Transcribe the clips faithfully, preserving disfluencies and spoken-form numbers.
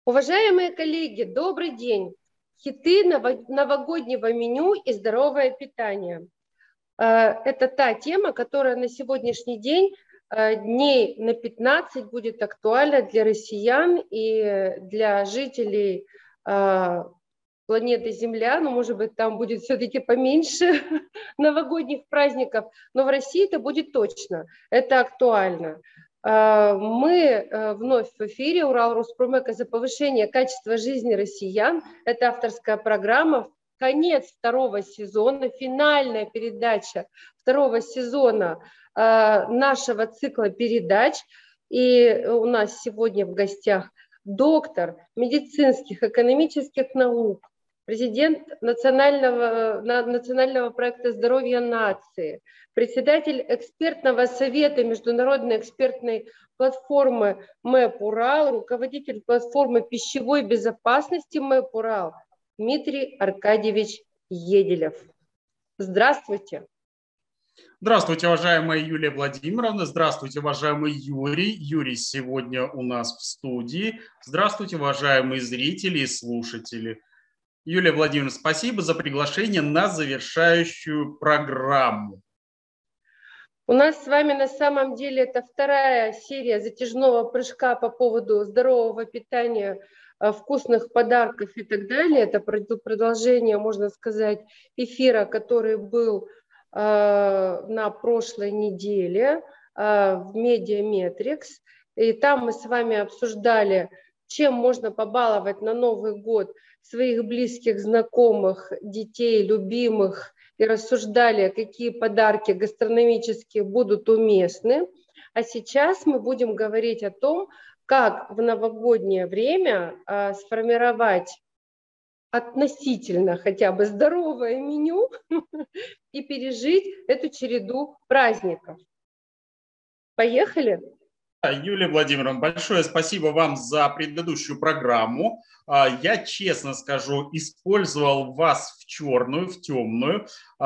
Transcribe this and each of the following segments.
Уважаемые коллеги, добрый день! Хиты новогоднего меню и здоровое питание. Это та тема, которая на сегодняшний день дней на пятнадцать будет актуальна для россиян и для жителей планеты Земля. Ну, может быть, там будет все-таки поменьше новогодних праздников, но в России это будет точно, это актуально. Мы вновь в эфире Урал Роспромека за повышение качества жизни россиян. Это авторская программа, конец второго сезона, финальная передача второго сезона нашего цикла передач. И у нас сегодня в гостях доктор медицинских экономических наук, президент национального, национального проекта «Здоровье нации», председатель экспертного совета международной экспертной платформы МЭП Урал, руководитель платформы пищевой безопасности МЭП Урал Дмитрий Аркадьевич Еделев. Здравствуйте. Здравствуйте, уважаемая Юлия Владимировна. Здравствуйте, уважаемый Юрий. Юрий сегодня у нас в студии. Здравствуйте, уважаемые зрители и слушатели. Юлия Владимировна, спасибо за приглашение на завершающую программу. У нас с вами на самом деле это вторая серия затяжного прыжка по поводу здорового питания, вкусных подарков и так далее. Это продолжение, можно сказать, эфира, который был на прошлой неделе в Медиаметрикс. И там мы с вами обсуждали, чем можно побаловать на Новый год своих близких, знакомых, детей, любимых, и рассуждали, какие подарки гастрономические будут уместны. А сейчас мы будем говорить о том, как в новогоднее время а, сформировать относительно хотя бы здоровое меню и пережить эту череду праздников. Поехали? Юлия Владимировна, большое спасибо вам за предыдущую программу. Я, честно скажу, использовал вас в черную, в темную,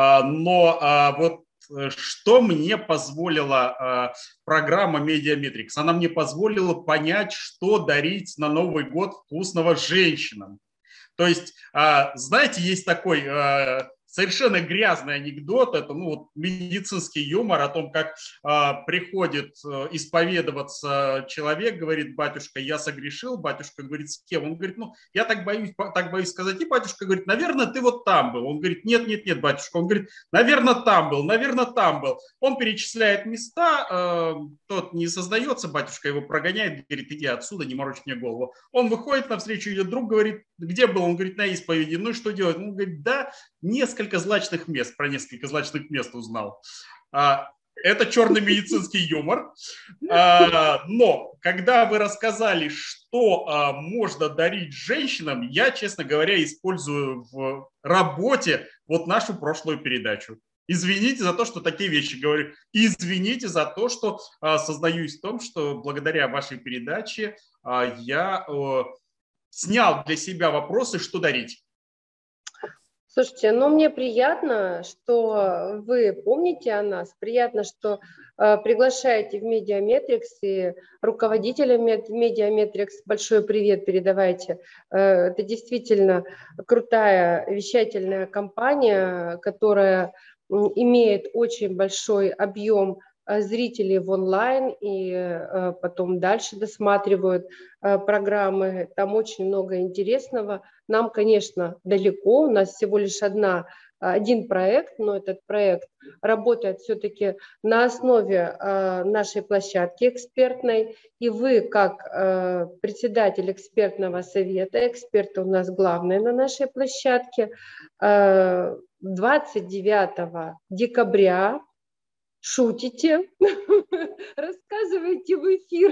но вот что мне позволила программа Медиаметрикс? Она мне позволила понять, что дарить на Новый год вкусного женщинам. То есть, знаете, есть такой совершенно грязный анекдот, это ну, вот, медицинский юмор о том, как э, приходит э, исповедоваться человек, говорит: батюшка, я согрешил. Батюшка говорит: с кем? Он говорит: ну, я так боюсь, так боюсь сказать. И батюшка говорит: наверное, ты вот там был. Он говорит: нет, нет, нет, батюшка. Он говорит: наверное, там был, наверное, там был. Он перечисляет места, э, тот не создается, батюшка его прогоняет, говорит: иди отсюда, не морочь мне голову. Он выходит навстречу, идет друг, говорит: где был? Он говорит: на исповеди. Ну и что делать? Он говорит: да, несколько злачных мест, про несколько злачных мест узнал. Это черный медицинский юмор. Но когда вы рассказали, что можно дарить женщинам, я, честно говоря, использую в работе вот нашу прошлую передачу. Извините за то, что такие вещи говорю. Извините за то, что сознаюсь в том, что благодаря вашей передаче я снял для себя вопросы, что дарить. Слушайте, ну мне приятно, что вы помните о нас, приятно, что э, приглашаете в Медиаметрикс и руководителя Медиаметрикс большой привет передавайте. Э, это действительно крутая вещательная компания, которая э, имеет очень большой объем зрителей в онлайн и э, потом дальше досматривают э, программы. Там очень много интересного. Нам, конечно, далеко. У нас всего лишь одна, один проект, но этот проект работает все-таки на основе э, нашей площадки экспертной. И вы, как э, председатель экспертного совета, эксперты у нас главные на нашей площадке, э, двадцать девятого декабря шутите, рассказываете в эфир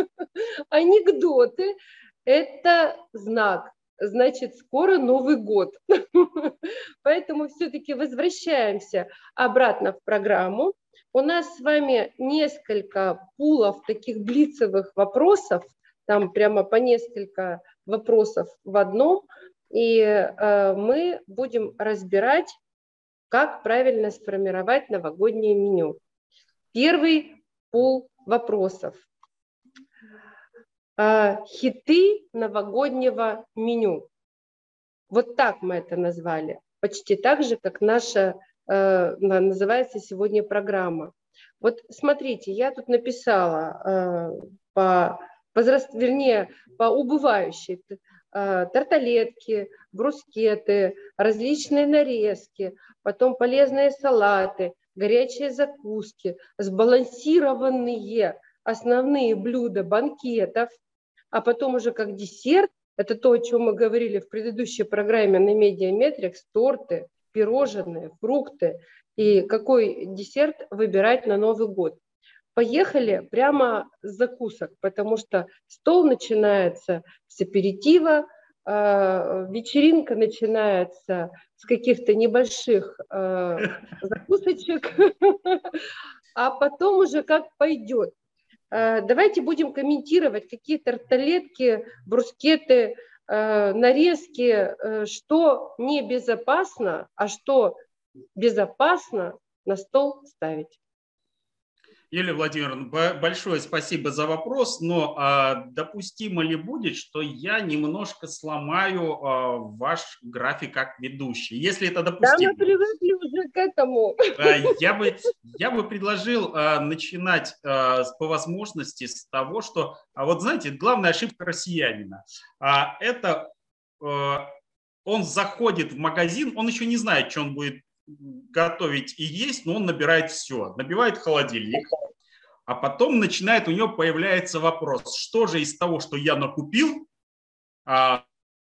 анекдоты. Это знак. Значит, скоро Новый год. Поэтому все-таки возвращаемся обратно в программу. У нас с вами несколько пулов таких блицевых вопросов. Там прямо по несколько вопросов в одном. И э, мы будем разбирать, как правильно сформировать новогоднее меню. Первый пул вопросов. хиты новогоднего меню. Вот так мы это назвали. Почти так же, как наша называется сегодня программа. Вот смотрите, я тут написала по возраст, вернее, по убывающей тарталетки, брускеты, различные нарезки, потом полезные салаты, горячие закуски, сбалансированные основные блюда банкетов, а потом уже как десерт, это то, о чем мы говорили в предыдущей программе на Медиаметрикс, торты, пирожные, фрукты и какой десерт выбирать на Новый год. Поехали прямо с закусок, потому что стол начинается с аперитива, вечеринка начинается с каких-то небольших закусочек, а потом уже как пойдет. Давайте будем комментировать, какие тарталетки, брускеты, нарезки, что небезопасно, а что безопасно на стол ставить. Юлия Владимировна, большое спасибо за вопрос, но а, допустимо ли будет, что я немножко сломаю а, ваш график как ведущий, если это допустимо? Да, мы привыкли уже к этому. А, я, бы, я бы предложил а, начинать а, по возможности с того, что, а вот знаете, главная ошибка россиянина, а, это а, он заходит в магазин, он еще не знает, что он будет готовить и есть, но он набирает все, набивает холодильник. А потом начинает, у него появляется вопрос, что же из того, что я накупил, а...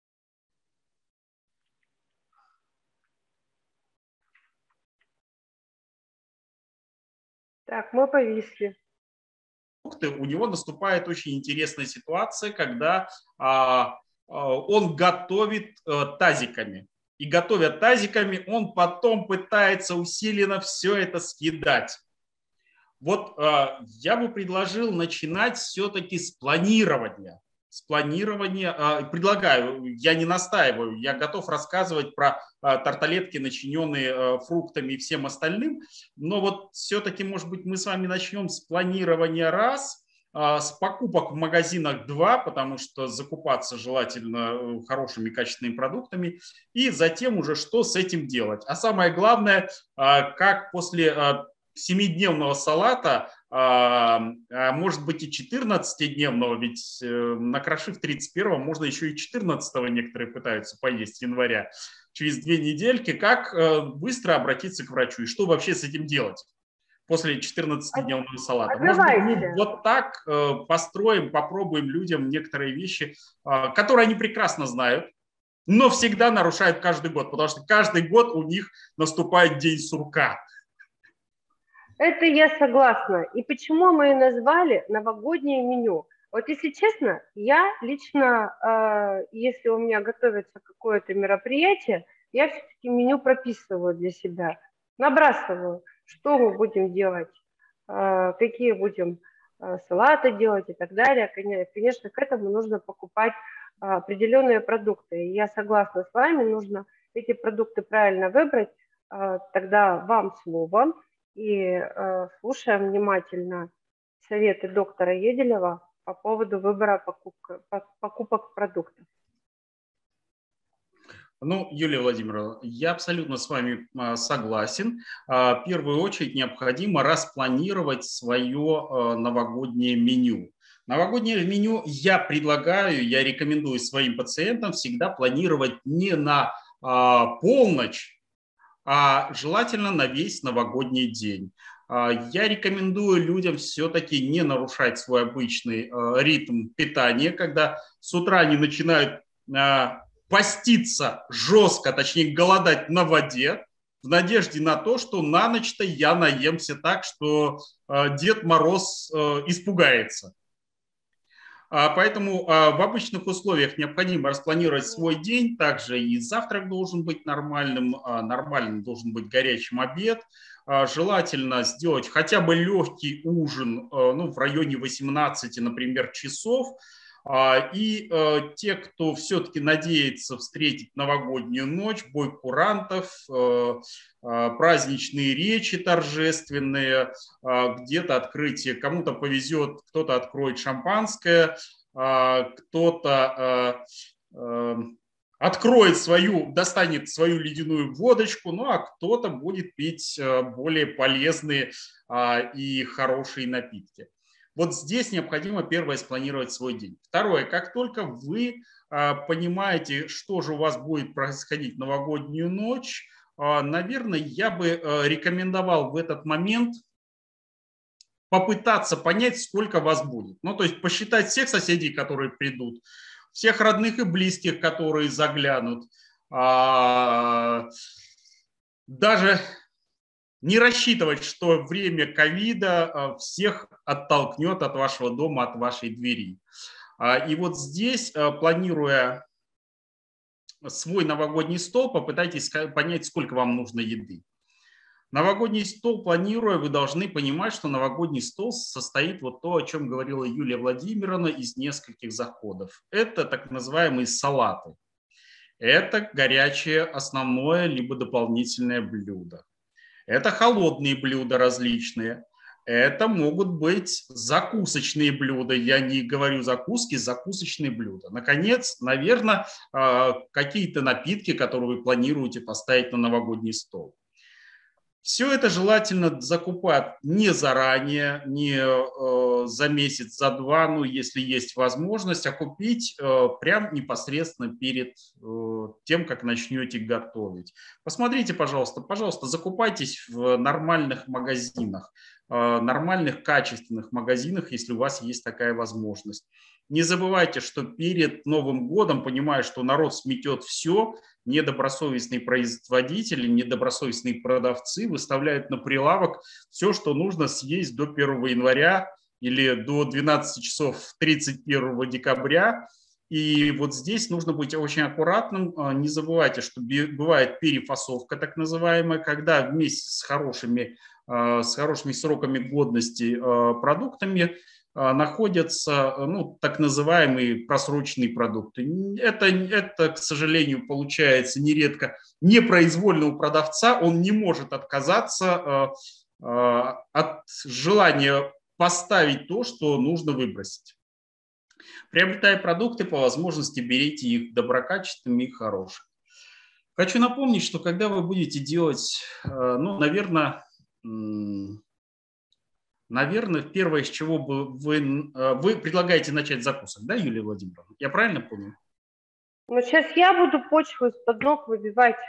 Так, мы повисли. У него наступает очень интересная ситуация, когда а, а, он готовит а, тазиками. И готовя тазиками, он потом пытается усиленно все это съедать. Вот э, я бы предложил начинать все-таки с планирования. С планирования, э, предлагаю, я не настаиваю, я готов рассказывать про э, тарталетки, начиненные э, фруктами и всем остальным, но вот все-таки, может быть, мы с вами начнем с планирования раз, э, с покупок в магазинах два, потому что закупаться желательно хорошими качественными продуктами, и затем уже что с этим делать. А самое главное, э, как после... Э, семидневного салата, а, а может быть и четырнадцатидневного, ведь накрошив тридцать первого, можно еще и четырнадцатого некоторые пытаются поесть января, через две недельки, как быстро обратиться к врачу и что вообще с этим делать после четырнадцатидневного салата. Может быть, мы вот так построим, попробуем людям некоторые вещи, которые они прекрасно знают, но всегда нарушают каждый год, потому что каждый год у них наступает день сурка. Это я согласна. И почему мы и назвали новогоднее меню? Вот если честно, я лично, э, если у меня готовится какое-то мероприятие, я все-таки меню прописываю для себя, набрасываю, что мы будем делать, э, какие будем э, салаты делать и так далее. Конечно, к этому нужно покупать э, определенные продукты. И я согласна с вами, нужно эти продукты правильно выбрать. Э, тогда вам слово. И э, слушаем внимательно советы доктора Еделева по поводу выбора покупка, покупок продуктов. Ну, Юлия Владимировна, я абсолютно с вами согласен. В первую очередь необходимо распланировать свое новогоднее меню. Новогоднее меню я предлагаю, я рекомендую своим пациентам всегда планировать не на полночь, а желательно на весь новогодний день. Я рекомендую людям все-таки не нарушать свой обычный ритм питания, когда с утра они начинают поститься жестко, точнее голодать на воде, в надежде на то, что на ночь-то я наемся так, что Дед Мороз испугается. Поэтому в обычных условиях необходимо распланировать свой день. Также и завтрак должен быть нормальным, нормальным должен быть горячим обед. Желательно сделать хотя бы легкий ужин, ну, в районе восемнадцати, например, часов. И те, кто все-таки надеется встретить новогоднюю ночь, бой курантов, праздничные речи торжественные, где-то открытие, кому-то повезет, кто-то откроет шампанское, кто-то откроет свою, достанет свою ледяную водочку, ну а кто-то будет пить более полезные и хорошие напитки. Вот здесь необходимо первое спланировать свой день. Второе, как только вы понимаете, что же у вас будет происходить в новогоднюю ночь, наверное, я бы рекомендовал в этот момент попытаться понять, сколько вас будет. Ну, то есть посчитать всех соседей, которые придут, всех родных и близких, которые заглянут. Даже не рассчитывать, что время ковида всех оттолкнет от вашего дома, от вашей двери. И вот здесь, планируя свой новогодний стол, попытайтесь понять, сколько вам нужно еды. Новогодний стол, планируя, вы должны понимать, что новогодний стол состоит вот то, о чем говорила Юлия Владимировна, из нескольких заходов. Это так называемые салаты. Это горячее основное либо дополнительное блюдо. Это холодные блюда различные. Это могут быть закусочные блюда. Я не говорю закуски, закусочные блюда. Наконец, наверное, какие-то напитки, которые вы планируете поставить на новогодний стол. Все это желательно закупать не заранее, не за месяц, за два, ну, если есть возможность, а купить прям непосредственно перед тем, как начнете готовить. Посмотрите, пожалуйста, пожалуйста, закупайтесь в нормальных магазинах, нормальных качественных магазинах, если у вас есть такая возможность. Не забывайте, что перед Новым годом, понимая, что народ сметет все, недобросовестные производители, недобросовестные продавцы выставляют на прилавок все, что нужно съесть до первого января или до двенадцати часов тридцать первого декабря. И вот здесь нужно быть очень аккуратным. Не забывайте, что бывает перефасовка, так называемая, когда вместе с хорошими, с хорошими сроками годности продуктами находятся, ну, так называемые просроченные продукты. Это, это, к сожалению, получается нередко непроизвольно у продавца. Он не может отказаться от желания поставить то, что нужно выбросить. Приобретая продукты, по возможности берите их доброкачественными и хорошими. Хочу напомнить, что когда вы будете делать, ну, наверное, Наверное, первое, с чего бы вы, вы предлагаете начать с закусок, да, Юлия Владимировна? Я правильно понял? Ну, сейчас я буду почву из-под ног выбивать.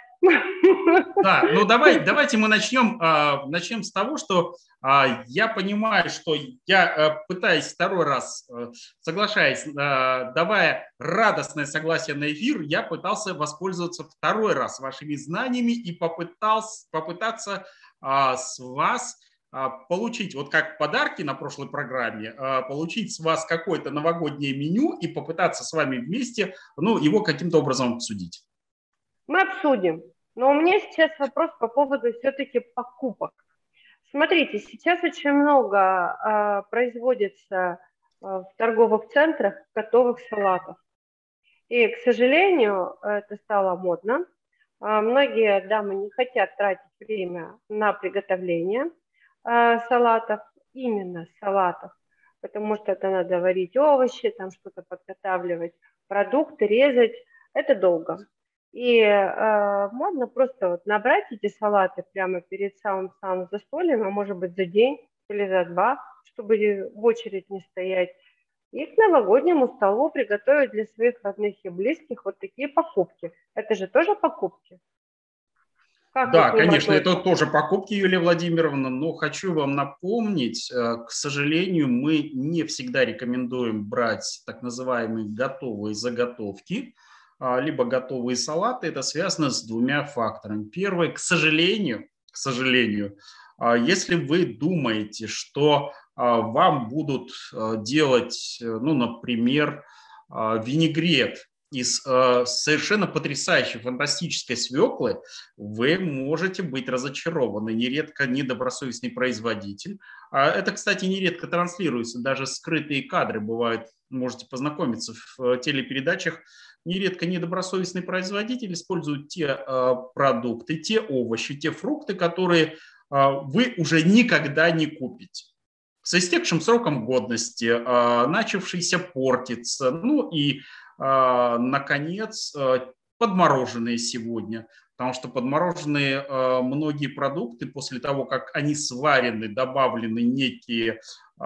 Да, ну давай, давайте мы начнем, начнем с того, что я понимаю, что я пытаюсь второй раз, соглашаясь, давая радостное согласие на эфир, я пытался воспользоваться второй раз вашими знаниями и попытался, попытаться с вас получить, вот как подарки на прошлой программе, получить с вас какое-то новогоднее меню и попытаться с вами вместе, ну, его каким-то образом обсудить. Мы обсудим. Но у меня сейчас вопрос по поводу все-таки покупок. Смотрите, сейчас очень много а, производится а, в торговых центрах готовых салатов. И, к сожалению, это стало модно. А, многие дамы не хотят тратить время на приготовление а, салатов, именно салатов, потому что это надо варить овощи, там что-то подготавливать, продукты, резать. Это долго. И э, можно просто вот набрать эти салаты прямо перед самым-самым застольем, а может быть за день или за два, чтобы в очередь не стоять. И к новогоднему столу приготовить для своих родных и близких вот такие покупки. Это же тоже покупки? Как да, конечно, это тоже покупки, Юлия Владимировна, но хочу вам напомнить, к сожалению, мы не всегда рекомендуем брать так называемые готовые заготовки, либо готовые салаты. Это связано с двумя факторами. Первый, к сожалению, к сожалению, если вы думаете, что вам будут делать, ну, например, винегрет из совершенно потрясающей, фантастической свеклы, вы можете быть разочарованы. Нередко недобросовестный производитель. Это, кстати, нередко транслируется, даже скрытые кадры бывают, можете познакомиться в телепередачах. Нередко недобросовестный производитель использует те продукты, те овощи, те фрукты, которые вы уже никогда не купите. К с истекшим сроком годности, начавшийся портиться, ну и, наконец, подмороженные сегодня. Потому что подмороженные многие продукты после того, как они сварены, добавлены некие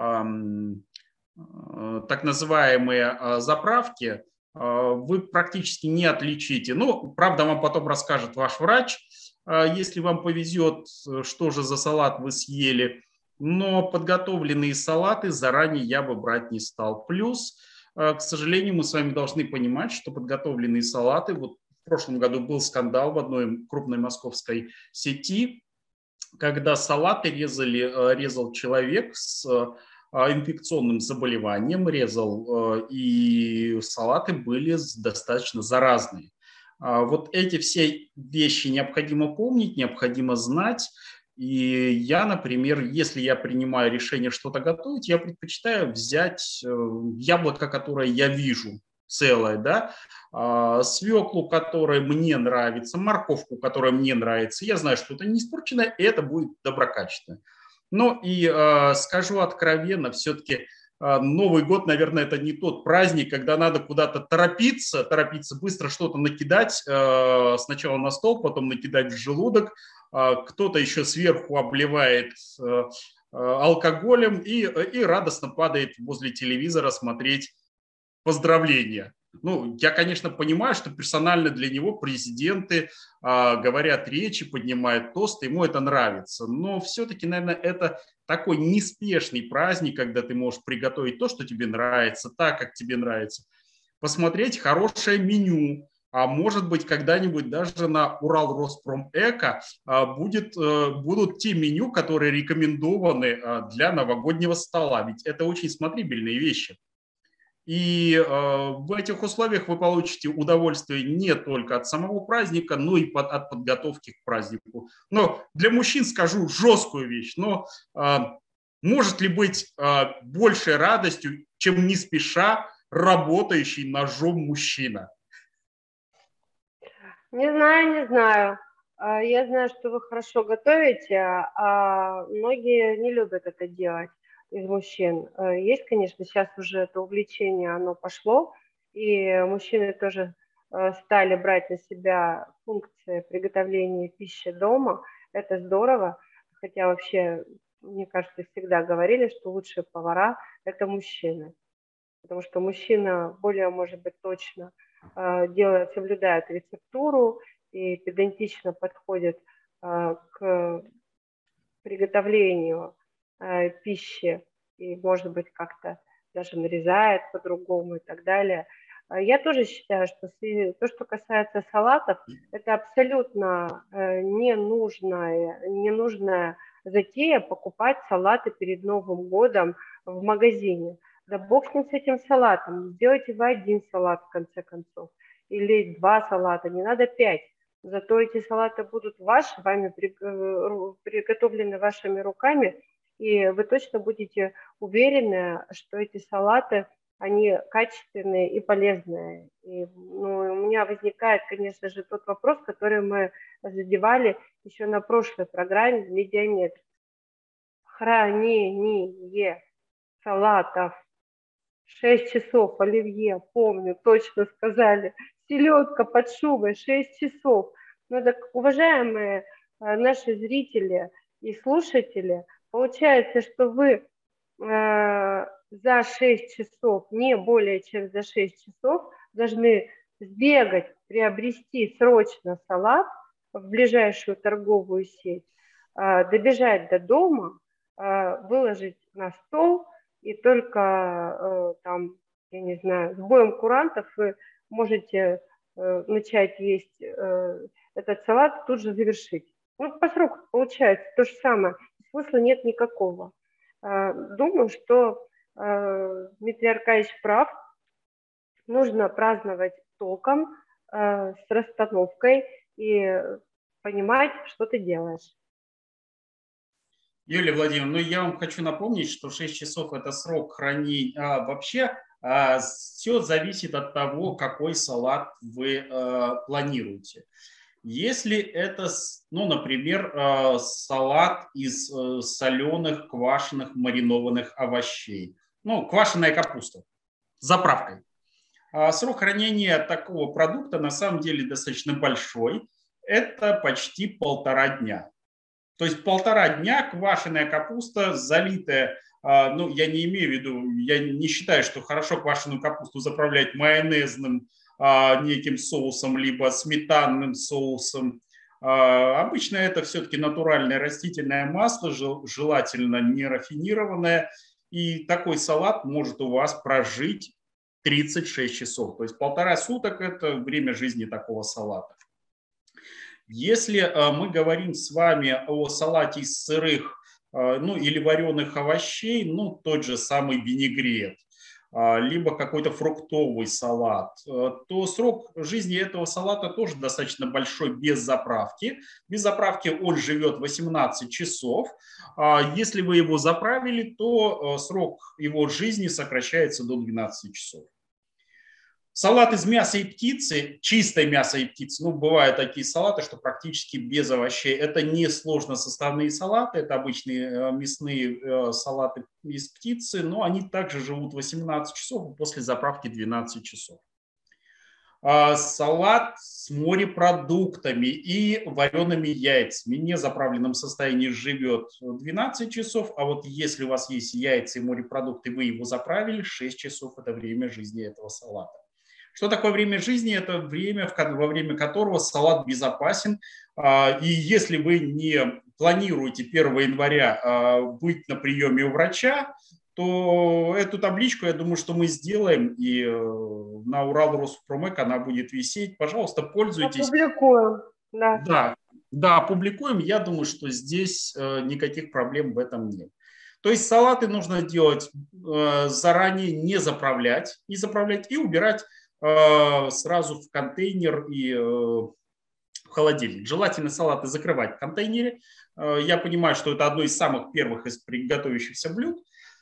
так называемые заправки, вы практически не отличите. Ну, правда, вам потом расскажет ваш врач, если вам повезет, что же за салат вы съели. Но подготовленные салаты заранее я бы брать не стал. Плюс, к сожалению, мы с вами должны понимать, что подготовленные салаты, вот в прошлом году был скандал в одной крупной московской сети, когда салаты резали, резал человек с инфекционным заболеванием, резал, и салаты были достаточно заразные. Вот эти все вещи необходимо помнить, необходимо знать. И я, например, если я принимаю решение что-то готовить, я предпочитаю взять яблоко, которое я вижу целое, да, свеклу, которая мне нравится, морковку, которая мне нравится. Я знаю, что это не испорченное, и это будет доброкачественное. Ну и э, скажу откровенно, все-таки э, Новый год, наверное, это не тот праздник, когда надо куда-то торопиться, торопиться быстро что-то накидать, э, сначала на стол, потом накидать в желудок, э, кто-то еще сверху обливает э, э, алкоголем и, и радостно падает возле телевизора смотреть поздравления. Ну, я, конечно, понимаю, что персонально для него президенты а, говорят речи, поднимают тосты, ему это нравится. Но все-таки, наверное, это такой неспешный праздник, когда ты можешь приготовить то, что тебе нравится, так, как тебе нравится. Посмотреть хорошее меню, а может быть, когда-нибудь даже на Урал Роспромэко а, будет, а, будут те меню, которые рекомендованы а, для новогоднего стола. Ведь это очень смотрибельные вещи. И э, в этих условиях вы получите удовольствие не только от самого праздника, но и под, от подготовки к празднику. Но для мужчин скажу жесткую вещь, но э, может ли быть э, большей радостью, чем не спеша работающий ножом мужчина? Не знаю, не знаю. Я знаю, что вы хорошо готовите, а многие не любят это делать из мужчин. Есть, конечно, сейчас уже это увлечение, оно пошло, и мужчины тоже стали брать на себя функции приготовления пищи дома. Это здорово, хотя вообще, мне кажется, всегда говорили, что лучшие повара – это мужчины, потому что мужчина более, может быть, точно делает, соблюдает рецептуру и педантично подходит к приготовлению пищи и, может быть, как-то даже нарезает по-другому и так далее. Я тоже считаю, что то, что касается салатов, это абсолютно ненужная, ненужная затея покупать салаты перед Новым годом в магазине. Да бог с ним, с этим салатом. Сделайте вы один салат, в конце концов. Или два салата, не надо пять. Зато эти салаты будут ваши, вами приготовлены вашими руками, и вы точно будете уверены, что эти салаты, они качественные и полезные. И, ну, у меня возникает, конечно же, тот вопрос, который мы задевали еще на прошлой программе «Медиаметр». Хранение салатов. шесть часов, оливье, помню, точно сказали. Селедка под шубой, шесть часов. Ну так, уважаемые наши зрители и слушатели, получается, что вы э, за шесть часов, не более чем за шесть часов, должны сбегать, приобрести срочно салат в ближайшую торговую сеть, э, добежать до дома, э, выложить на стол, и только э, там, я не знаю, с боем курантов вы можете э, начать есть э, этот салат, тут же завершить. Ну, по сроку получается то же самое, смысла нет никакого. Э, думаю, что э, Дмитрий Аркадьевич прав, нужно праздновать толком, э, с расстановкой и понимать, что ты делаешь. Юлия Владимировна, ну я вам хочу напомнить, что шесть часов – это срок хранения. А, вообще а, все зависит от того, какой салат вы а, планируете. Если это, ну, например, салат из соленых, квашеных, маринованных овощей, ну, квашеная капуста с заправкой. Срок хранения такого продукта на самом деле достаточно большой. Это почти полтора дня. То есть полтора дня квашеная капуста, залитая, ну, я не имею в виду, я не считаю, что хорошо квашеную капусту заправлять майонезным неким соусом, либо сметанным соусом. Обычно это все-таки натуральное растительное масло, желательно не рафинированное. И такой салат может у вас прожить тридцать шесть часов. То есть полтора суток – это время жизни такого салата. Если мы говорим с вами о салате из сырых, ну, или вареных овощей, ну, тот же самый винегрет, либо какой-то фруктовый салат, то срок жизни этого салата тоже достаточно большой без заправки. Без заправки он живет восемнадцать часов. Если вы его заправили, то срок его жизни сокращается до двенадцати часов. Салат из мяса и птицы, чистое мясо и птицы, ну, бывают такие салаты, что практически без овощей. Это не сложносоставные салаты, это обычные мясные салаты из птицы, но они также живут восемнадцать часов, после заправки двенадцать часов. Салат с морепродуктами и вареными яйцами в незаправленном состоянии живет двенадцать часов, а вот если у вас есть яйца и морепродукты, вы его заправили, шесть часов – это время жизни этого салата. Что такое время жизни? Это время, во время которого салат безопасен. И если вы не планируете первого января быть на приеме у врача, то эту табличку, я думаю, что мы сделаем, и на Урал Роспромэк она будет висеть. Пожалуйста, пользуйтесь. Опубликуем. Да. Да, да, опубликуем. Я думаю, что здесь никаких проблем в этом нет. То есть салаты нужно делать заранее, не заправлять, не заправлять и убирать сразу в контейнер и в холодильник. Желательно салаты закрывать в контейнере. Я понимаю, что это одно из самых первых из приготовящихся блюд.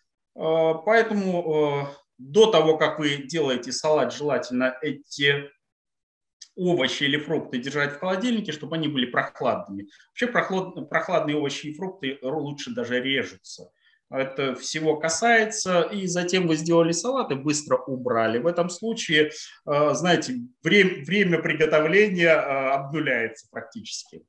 Поэтому до того, как вы делаете салат, желательно эти овощи или фрукты держать в холодильнике, чтобы они были прохладными. Вообще прохладные овощи и фрукты лучше даже режутся. Это всего касается. И затем вы сделали салат и быстро убрали. В этом случае, знаете, время, время приготовления обнуляется практически.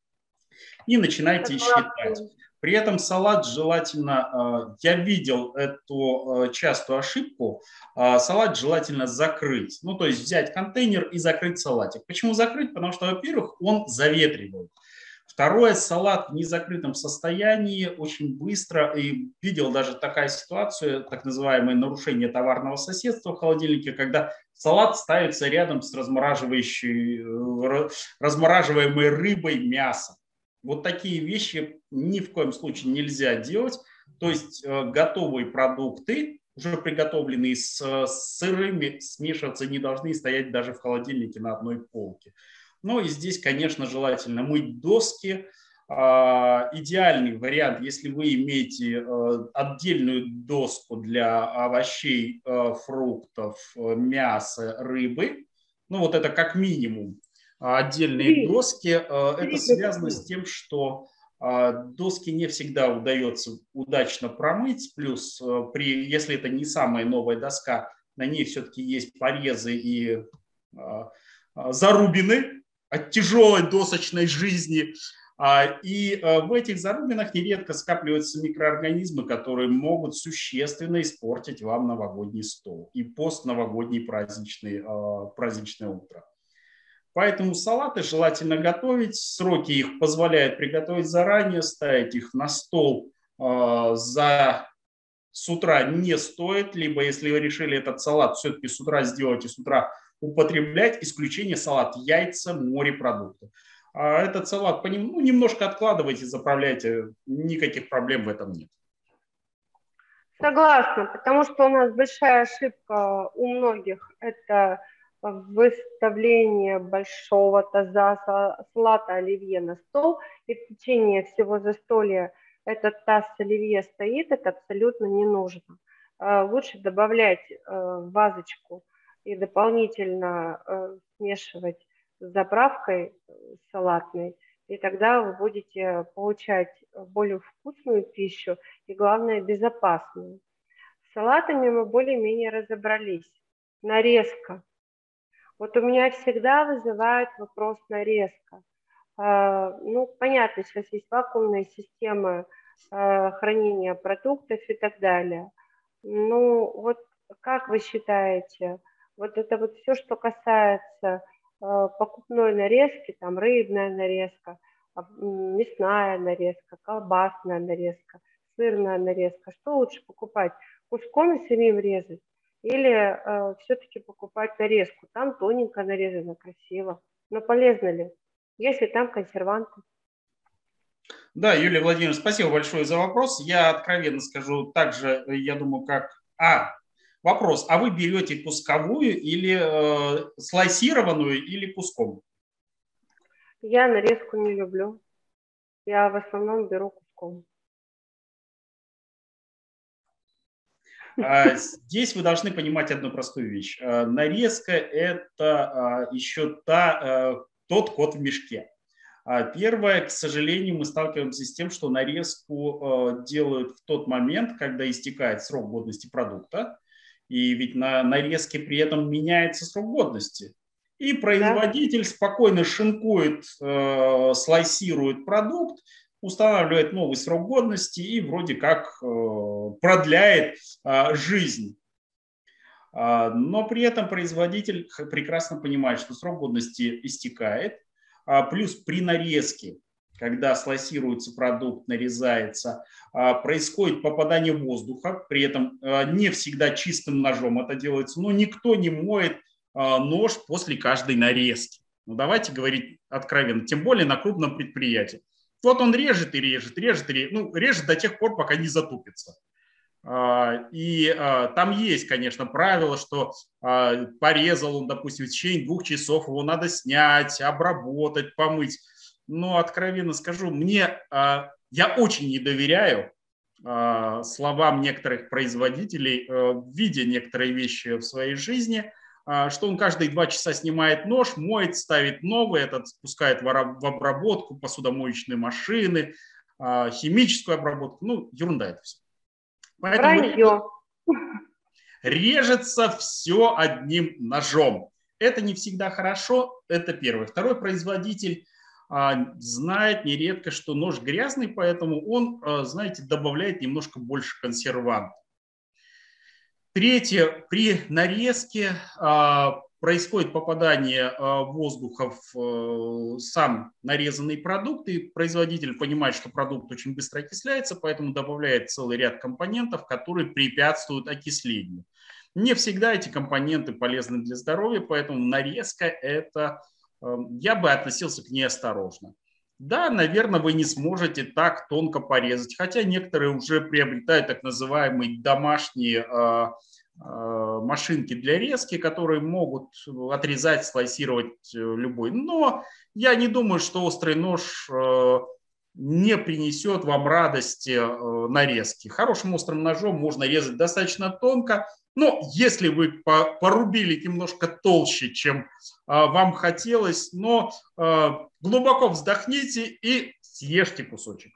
И начинайте считать. При этом салат желательно, я видел эту частую ошибку, салат желательно закрыть. Ну, то есть взять контейнер и закрыть салатик. Почему закрыть? Потому что, во-первых, он заветривает. Второе, салат в незакрытом состоянии очень быстро, и видел даже такая ситуация, так называемое нарушение товарного соседства в холодильнике, когда салат ставится рядом с размораживающей, размораживаемой рыбой мясом. Вот такие вещи ни в коем случае нельзя делать. То есть готовые продукты, уже приготовленные с сырыми, смешиваться не должны, стоять даже в холодильнике на одной полке. Ну и здесь, конечно, желательно мыть доски. Идеальный вариант, если вы имеете отдельную доску для овощей, фруктов, мяса, рыбы. Ну вот это как минимум отдельные доски. Это связано с тем, что доски не всегда удается удачно промыть. Плюс, при, если это не самая новая доска, на ней все-таки есть порезы и зарубины от тяжелой досочной жизни. И в этих зарубинах нередко скапливаются микроорганизмы, которые могут существенно испортить вам новогодний стол и постновогодний праздничный, праздничное утро. Поэтому салаты желательно готовить. Сроки их позволяют приготовить заранее, ставить их на стол за с утра не стоит, либо если вы решили этот салат все-таки с утра сделать и с утра употреблять, исключение салат яйца, морепродукты. А этот салат по нему, ну, немножко откладывайте, заправляйте, никаких проблем в этом нет. Согласна, потому что у нас большая ошибка у многих – это выставление большого таза салата оливье на стол, и в течение всего застолья этот таз с оливье стоит, это абсолютно не нужно. Лучше добавлять в вазочку и дополнительно смешивать заправкой салатной, и тогда вы будете получать более вкусную пищу и, главное, безопасную. С салатами мы более-менее разобрались. Нарезка. Вот у меня всегда вызывает вопрос нарезка. Ну, понятно, сейчас есть вакуумная система хранения продуктов и так далее. Ну, вот как вы считаете, вот это вот все, что касается покупной нарезки, там рыбная нарезка, мясная нарезка, колбасная нарезка, сырная нарезка, что лучше покупать? Куском и самим резать? Или э, все-таки покупать нарезку? Там тоненько нарезано, красиво. Но полезно ли, если там консерванты? Да, Юлия Владимировна, спасибо большое за вопрос. Я откровенно скажу также, я думаю, как... А, вопрос. А вы берете кусковую или э, слайсированную или куском? Я нарезку не люблю. Я в основном беру куском. Здесь вы должны понимать одну простую вещь. Нарезка – это еще та, тот кот в мешке. Первое, к сожалению, мы сталкиваемся с тем, что нарезку делают в тот момент, когда истекает срок годности продукта, и ведь на нарезке при этом меняется срок годности. И производитель да. спокойно шинкует, слайсирует продукт, устанавливает новый срок годности и вроде как продляет жизнь. Но при этом производитель прекрасно понимает, что срок годности истекает. Плюс при нарезке, когда слайсируется продукт, нарезается, происходит попадание воздуха. При этом не всегда чистым ножом это делается, но никто не моет нож после каждой нарезки. Ну, давайте говорить откровенно, тем более на крупном предприятии. Вот он режет и режет, режет и режет, ну, режет до тех пор, пока не затупится. И там есть, конечно, правило, что порезал он, допустим, в течение двух часов, его надо снять, обработать, помыть. Но, откровенно скажу, мне, я очень не доверяю словам некоторых производителей, видя некоторые вещи в своей жизни, что он каждые два часа снимает нож, моет, ставит новый, этот спускает в обработку, посудомоечные машины, химическую обработку. Ну, ерунда это все. Поэтому режет, режется все одним ножом. Это не всегда хорошо, это первое. Второй, производитель а, знает нередко, что нож грязный, поэтому он, а, знаете, добавляет немножко больше консерванта. Третье, при нарезке а, происходит попадание а, воздуха в а, сам нарезанный продукт, и производитель понимает, что продукт очень быстро окисляется, поэтому добавляет целый ряд компонентов, которые препятствуют окислению. Не всегда эти компоненты полезны для здоровья, поэтому нарезка это, а, я бы относился к ней осторожно. Да, наверное, вы не сможете так тонко порезать, хотя некоторые уже приобретают так называемые домашние э, э, машинки для резки, которые могут отрезать, слайсировать любой. Но я не думаю, что острый нож э, не принесет вам радости э, нарезки. Хорошим острым ножом можно резать достаточно тонко, но если вы порубили немножко толще, чем э, вам хотелось, но э, глубоко вздохните и съешьте кусочек.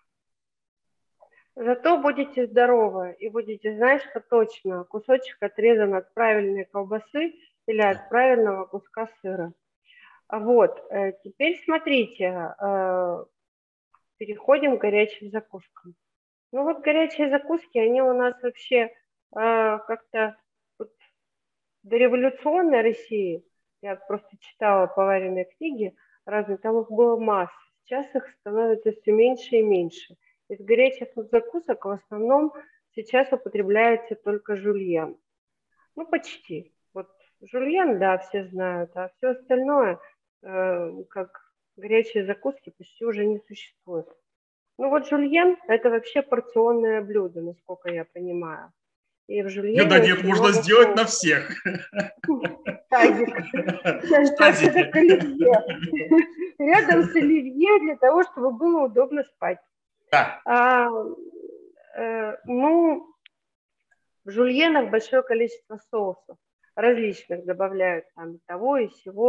Зато будете здоровы и будете знать, что точно кусочек отрезан от правильной колбасы или от правильного куска сыра. Вот, теперь смотрите, переходим к горячим закускам. Ну вот горячие закуски, они у нас вообще как-то вот, до революционной России, я просто читала поваренные книги, разные, там их было масса, сейчас их становится все меньше и меньше. Из горячих закусок в основном сейчас употребляется только жульен. Ну, почти. Вот жульен, да, все знают, а все остальное, э, как горячие закуски, почти уже не существует. Ну, вот жульен – это вообще порционное блюдо, насколько я понимаю. И в жульене да нет, можно сделать на всех. Тазик. Тазик оливье. Рядом с оливье для того, чтобы было удобно спать. Да. А, э, ну, в жульенах большое количество соусов различных добавляют, там и того, и сего.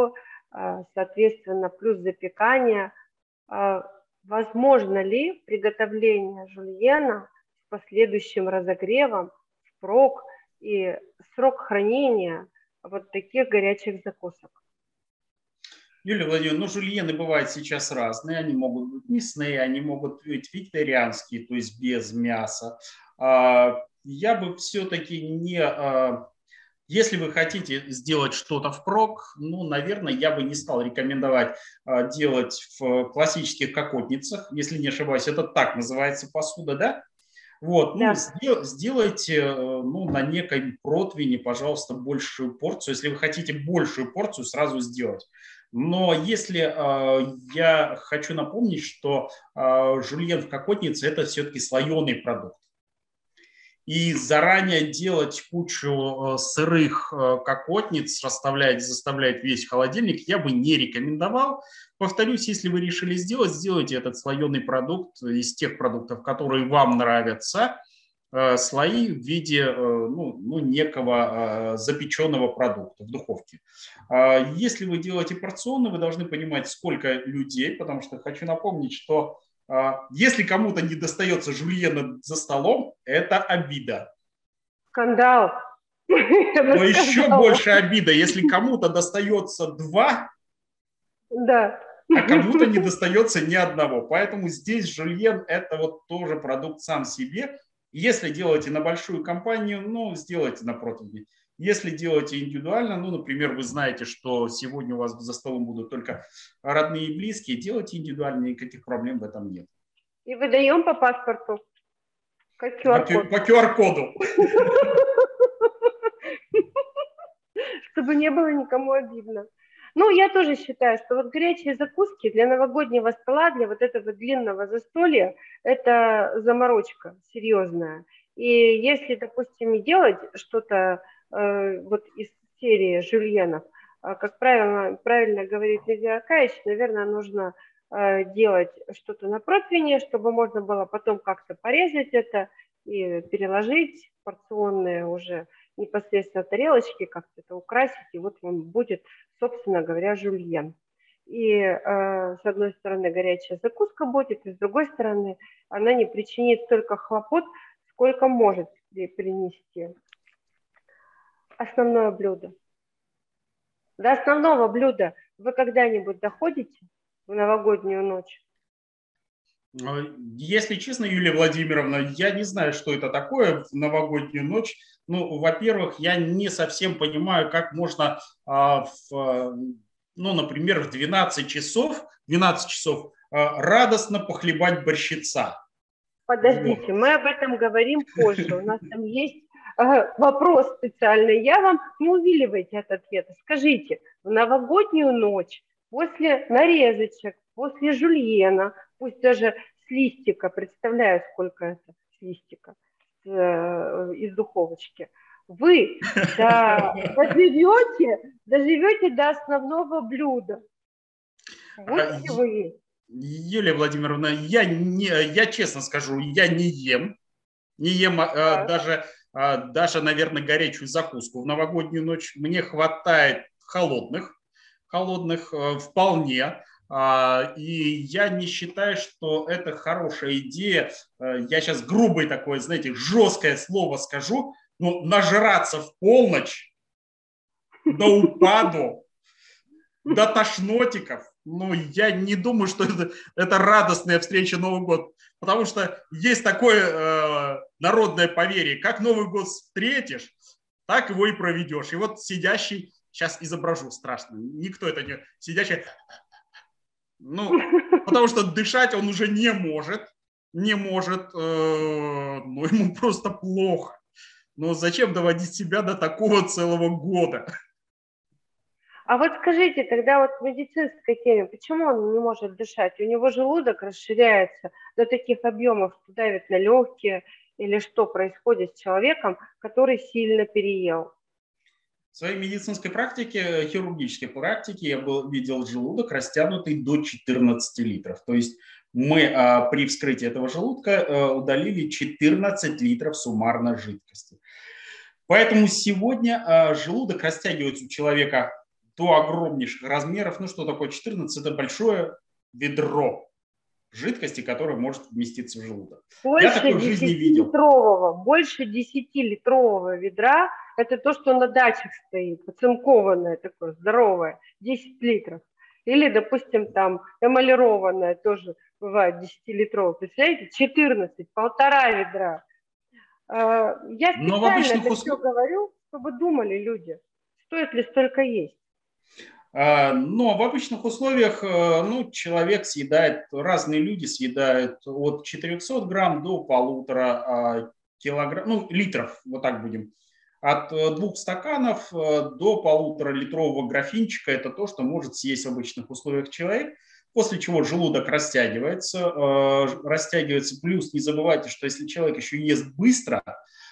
соответственно, плюс запекание. Возможно ли приготовление жульена с последующим разогревом, впрок и срок хранения вот таких горячих закусок? Юлия Владимировна, ну, жульены бывают сейчас разные. Они могут быть мясные, они могут быть вегетарианские, то есть без мяса. Я бы все-таки не... Если вы хотите сделать что-то впрок, ну, наверное, я бы не стал рекомендовать делать в классических кокотницах. Если не ошибаюсь, это так называется посуда, да? Вот, ну, да. Сделайте ну, на некой противне, пожалуйста, большую порцию. Если вы хотите большую порцию, сразу сделать. Но если э, я хочу напомнить, что э, жульен в кокотнице – это все-таки слоеный продукт. И заранее делать кучу э, сырых э, кокотниц, расставлять, заставлять весь холодильник, я бы не рекомендовал. Повторюсь, если вы решили сделать, сделайте этот слоеный продукт из тех продуктов, которые вам нравятся, э, слои в виде э, ну, ну, некого э, запеченного продукта в духовке. Э, если вы делаете порционно, вы должны понимать, сколько людей, потому что хочу напомнить, что если кому-то не достается жульена за столом, это обида. Скандал. Но еще больше обида, если кому-то достается два, да. а кому-то не достается ни одного. Поэтому здесь жульен – это вот тоже продукт сам себе. Если делаете на большую компанию, ну, сделайте на противне. Если делаете индивидуально, ну, например, вы знаете, что сегодня у вас за столом будут только родные и близкие, делайте индивидуально, никаких проблем в этом нет. И выдаем по паспорту, как ку ар код. По ку ар коду. Чтобы не было никому обидно. Ну, я тоже считаю, что вот горячие закуски для новогоднего стола, для вот этого длинного застолья, это заморочка серьезная. И если, допустим, делать что-то э, вот из серии жульенов, э, как правильно, правильно говорит Лидия Аркадьевич, наверное, нужно э, делать что-то на противне, чтобы можно было потом как-то порезать это и переложить в порционные уже непосредственно тарелочки, как-то это украсить, и вот вам будет, собственно говоря, жульен. И э, с одной стороны горячая закуска будет, и с другой стороны она не причинит столько хлопот, сколько может принести основное блюдо. До основного блюда вы когда-нибудь доходите в новогоднюю ночь? Если честно, Юлия Владимировна, я не знаю, что это такое в новогоднюю ночь. Ну, во-первых, я не совсем понимаю, как можно, а, в, ну, например, в двенадцать часов, двенадцать часов а, радостно похлебать борщица. Подождите, вот. Мы об этом говорим позже. У нас там есть э, вопрос специальный. Я вам не увиливайте от ответа. Скажите, в новогоднюю ночь после нарезочек, после жульена, пусть даже с листика, представляю, сколько это с листика, э, из духовочки, вы да, доживете, доживете до основного блюда. Будете вы? Юлия Владимировна, я, не, я честно скажу, я не ем, не ем да. даже, даже, наверное, горячую закуску в новогоднюю ночь. Мне хватает холодных, холодных вполне. И я не считаю, что это хорошая идея. Я сейчас грубое такое, знаете, жесткое слово скажу, но нажраться в полночь до упаду, до тошнотиков. Ну, я не думаю, что это, это радостная встреча Новый год, потому что есть такое э, народное поверье, как Новый год встретишь, так его и проведешь. И вот сидящий, сейчас изображу страшно, никто это не... Сидящий, ну, потому что дышать он уже не может, не может, э, ну, ему просто плохо. Но зачем доводить себя до такого целого года? А вот скажите, тогда вот в медицинской теме, почему он не может дышать? У него желудок расширяется до таких объемов, что давит на легкие, или что происходит с человеком, который сильно переел? В своей медицинской практике, хирургической практике, я был, видел желудок, растянутый до четырнадцати литров. То есть мы а, при вскрытии этого желудка а, удалили четырнадцать литров суммарно жидкости. Поэтому сегодня а, желудок растягивается у человека до огромнейших размеров. Ну что такое четырнадцать? Это большое ведро жидкости, которая может вместиться в желудок. Я такой в жизни видел. Больше десятилитрового ведра – это то, что на дачах стоит, оцинкованное такое, здоровое, десять литров. Или, допустим, там эмалированное тоже бывает десятилитровое. Представляете, четырнадцать, полтора ведра. Я специально это все говорю, чтобы думали люди, стоит ли столько есть. Но в обычных условиях ну, человек съедает, разные люди съедают от четырехсот грамм до полутора килограмм, ну, литров, вот так будем. От двух стаканов до полутора литрового графинчика – это то, что может съесть в обычных условиях человек, после чего желудок растягивается, растягивается. Плюс не забывайте, что если человек еще ест быстро,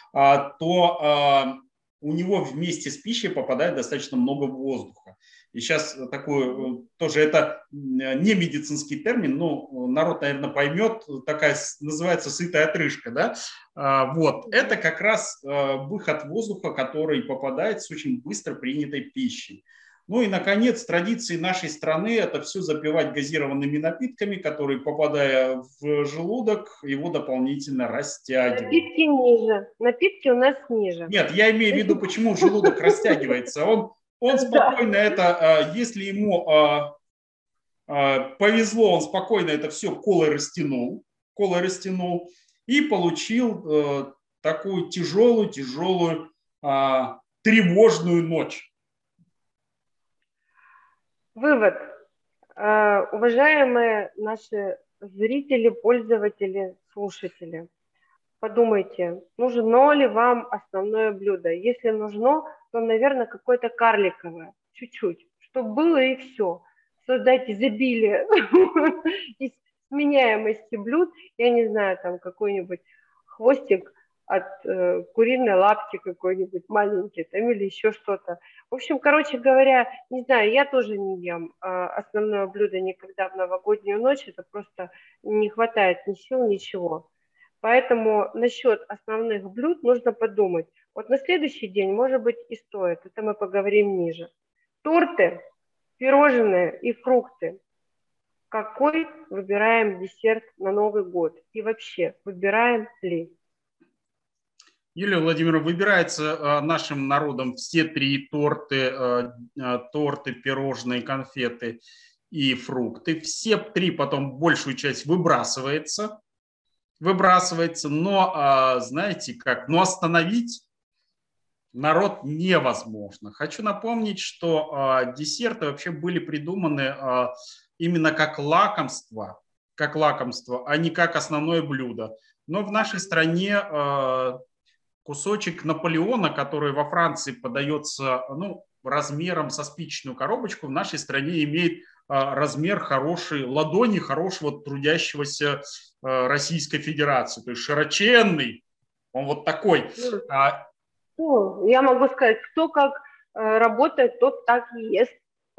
то у него вместе с пищей попадает достаточно много воздуха. И сейчас такой, тоже это не медицинский термин, но народ, наверное, поймет, такая называется сытая отрыжка, да? Вот, это как раз выход воздуха, который попадает с очень быстро принятой пищей. Ну и, наконец, традиции нашей страны – это все запивать газированными напитками, которые, попадая в желудок, его дополнительно растягивают. Напитки ниже. Напитки у нас ниже. Нет, я имею в виду, почему желудок растягивается. Он, он спокойно это, если ему повезло, он спокойно это все колой растянул, колой растянул и получил такую тяжелую-тяжелую тревожную ночь. Вывод. Уважаемые наши зрители, пользователи, слушатели, подумайте, нужно ли вам основное блюдо. Если нужно, то, наверное, какое-то карликовое, чуть-чуть, чтобы было и все. Создать изобилие из сменяемости блюд. Я не знаю, там какой-нибудь хвостик от э, куриной лапки какой-нибудь маленький, там или еще что-то. В общем, короче говоря, не знаю, я тоже не ем а, основное блюдо никогда в новогоднюю ночь, это просто не хватает ни сил, ничего. Поэтому насчет основных блюд нужно подумать. Вот на следующий день, может быть, и стоит, это мы поговорим ниже. Торты, пирожные и фрукты. Какой выбираем десерт на Новый год? И вообще, выбираем ли? Юлия Владимировна, выбирается нашим народом все три торты, торты, пирожные, конфеты и фрукты. Все три потом большую часть выбрасывается, выбрасывается, но знаете как, но остановить народ невозможно. Хочу напомнить, что десерты вообще были придуманы именно как лакомство, как лакомство, а не как основное блюдо. Но в нашей стране кусочек Наполеона, который во Франции подается ну, размером со спичечную коробочку, в нашей стране имеет а, размер хорошей ладони хорошего трудящегося а, Российской Федерации. То есть широченный, он вот такой. А, ну, я могу сказать, кто как э, работает, тот так и ест.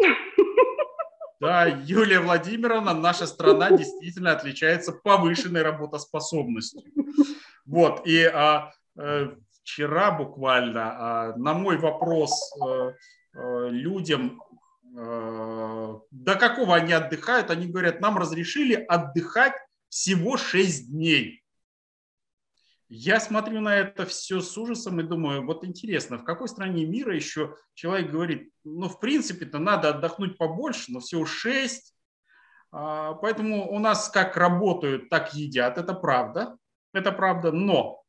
Да, Юлия Владимировна, наша страна действительно отличается повышенной работоспособностью. Вот, и а, вчера буквально на мой вопрос людям, до какого они отдыхают, они говорят, нам разрешили отдыхать всего шесть дней. Я смотрю на это все с ужасом и думаю, вот интересно, в какой стране мира еще человек говорит, ну, в принципе-то надо отдохнуть побольше, но всего шесть. Поэтому у нас как работают, так едят, это правда, это правда, но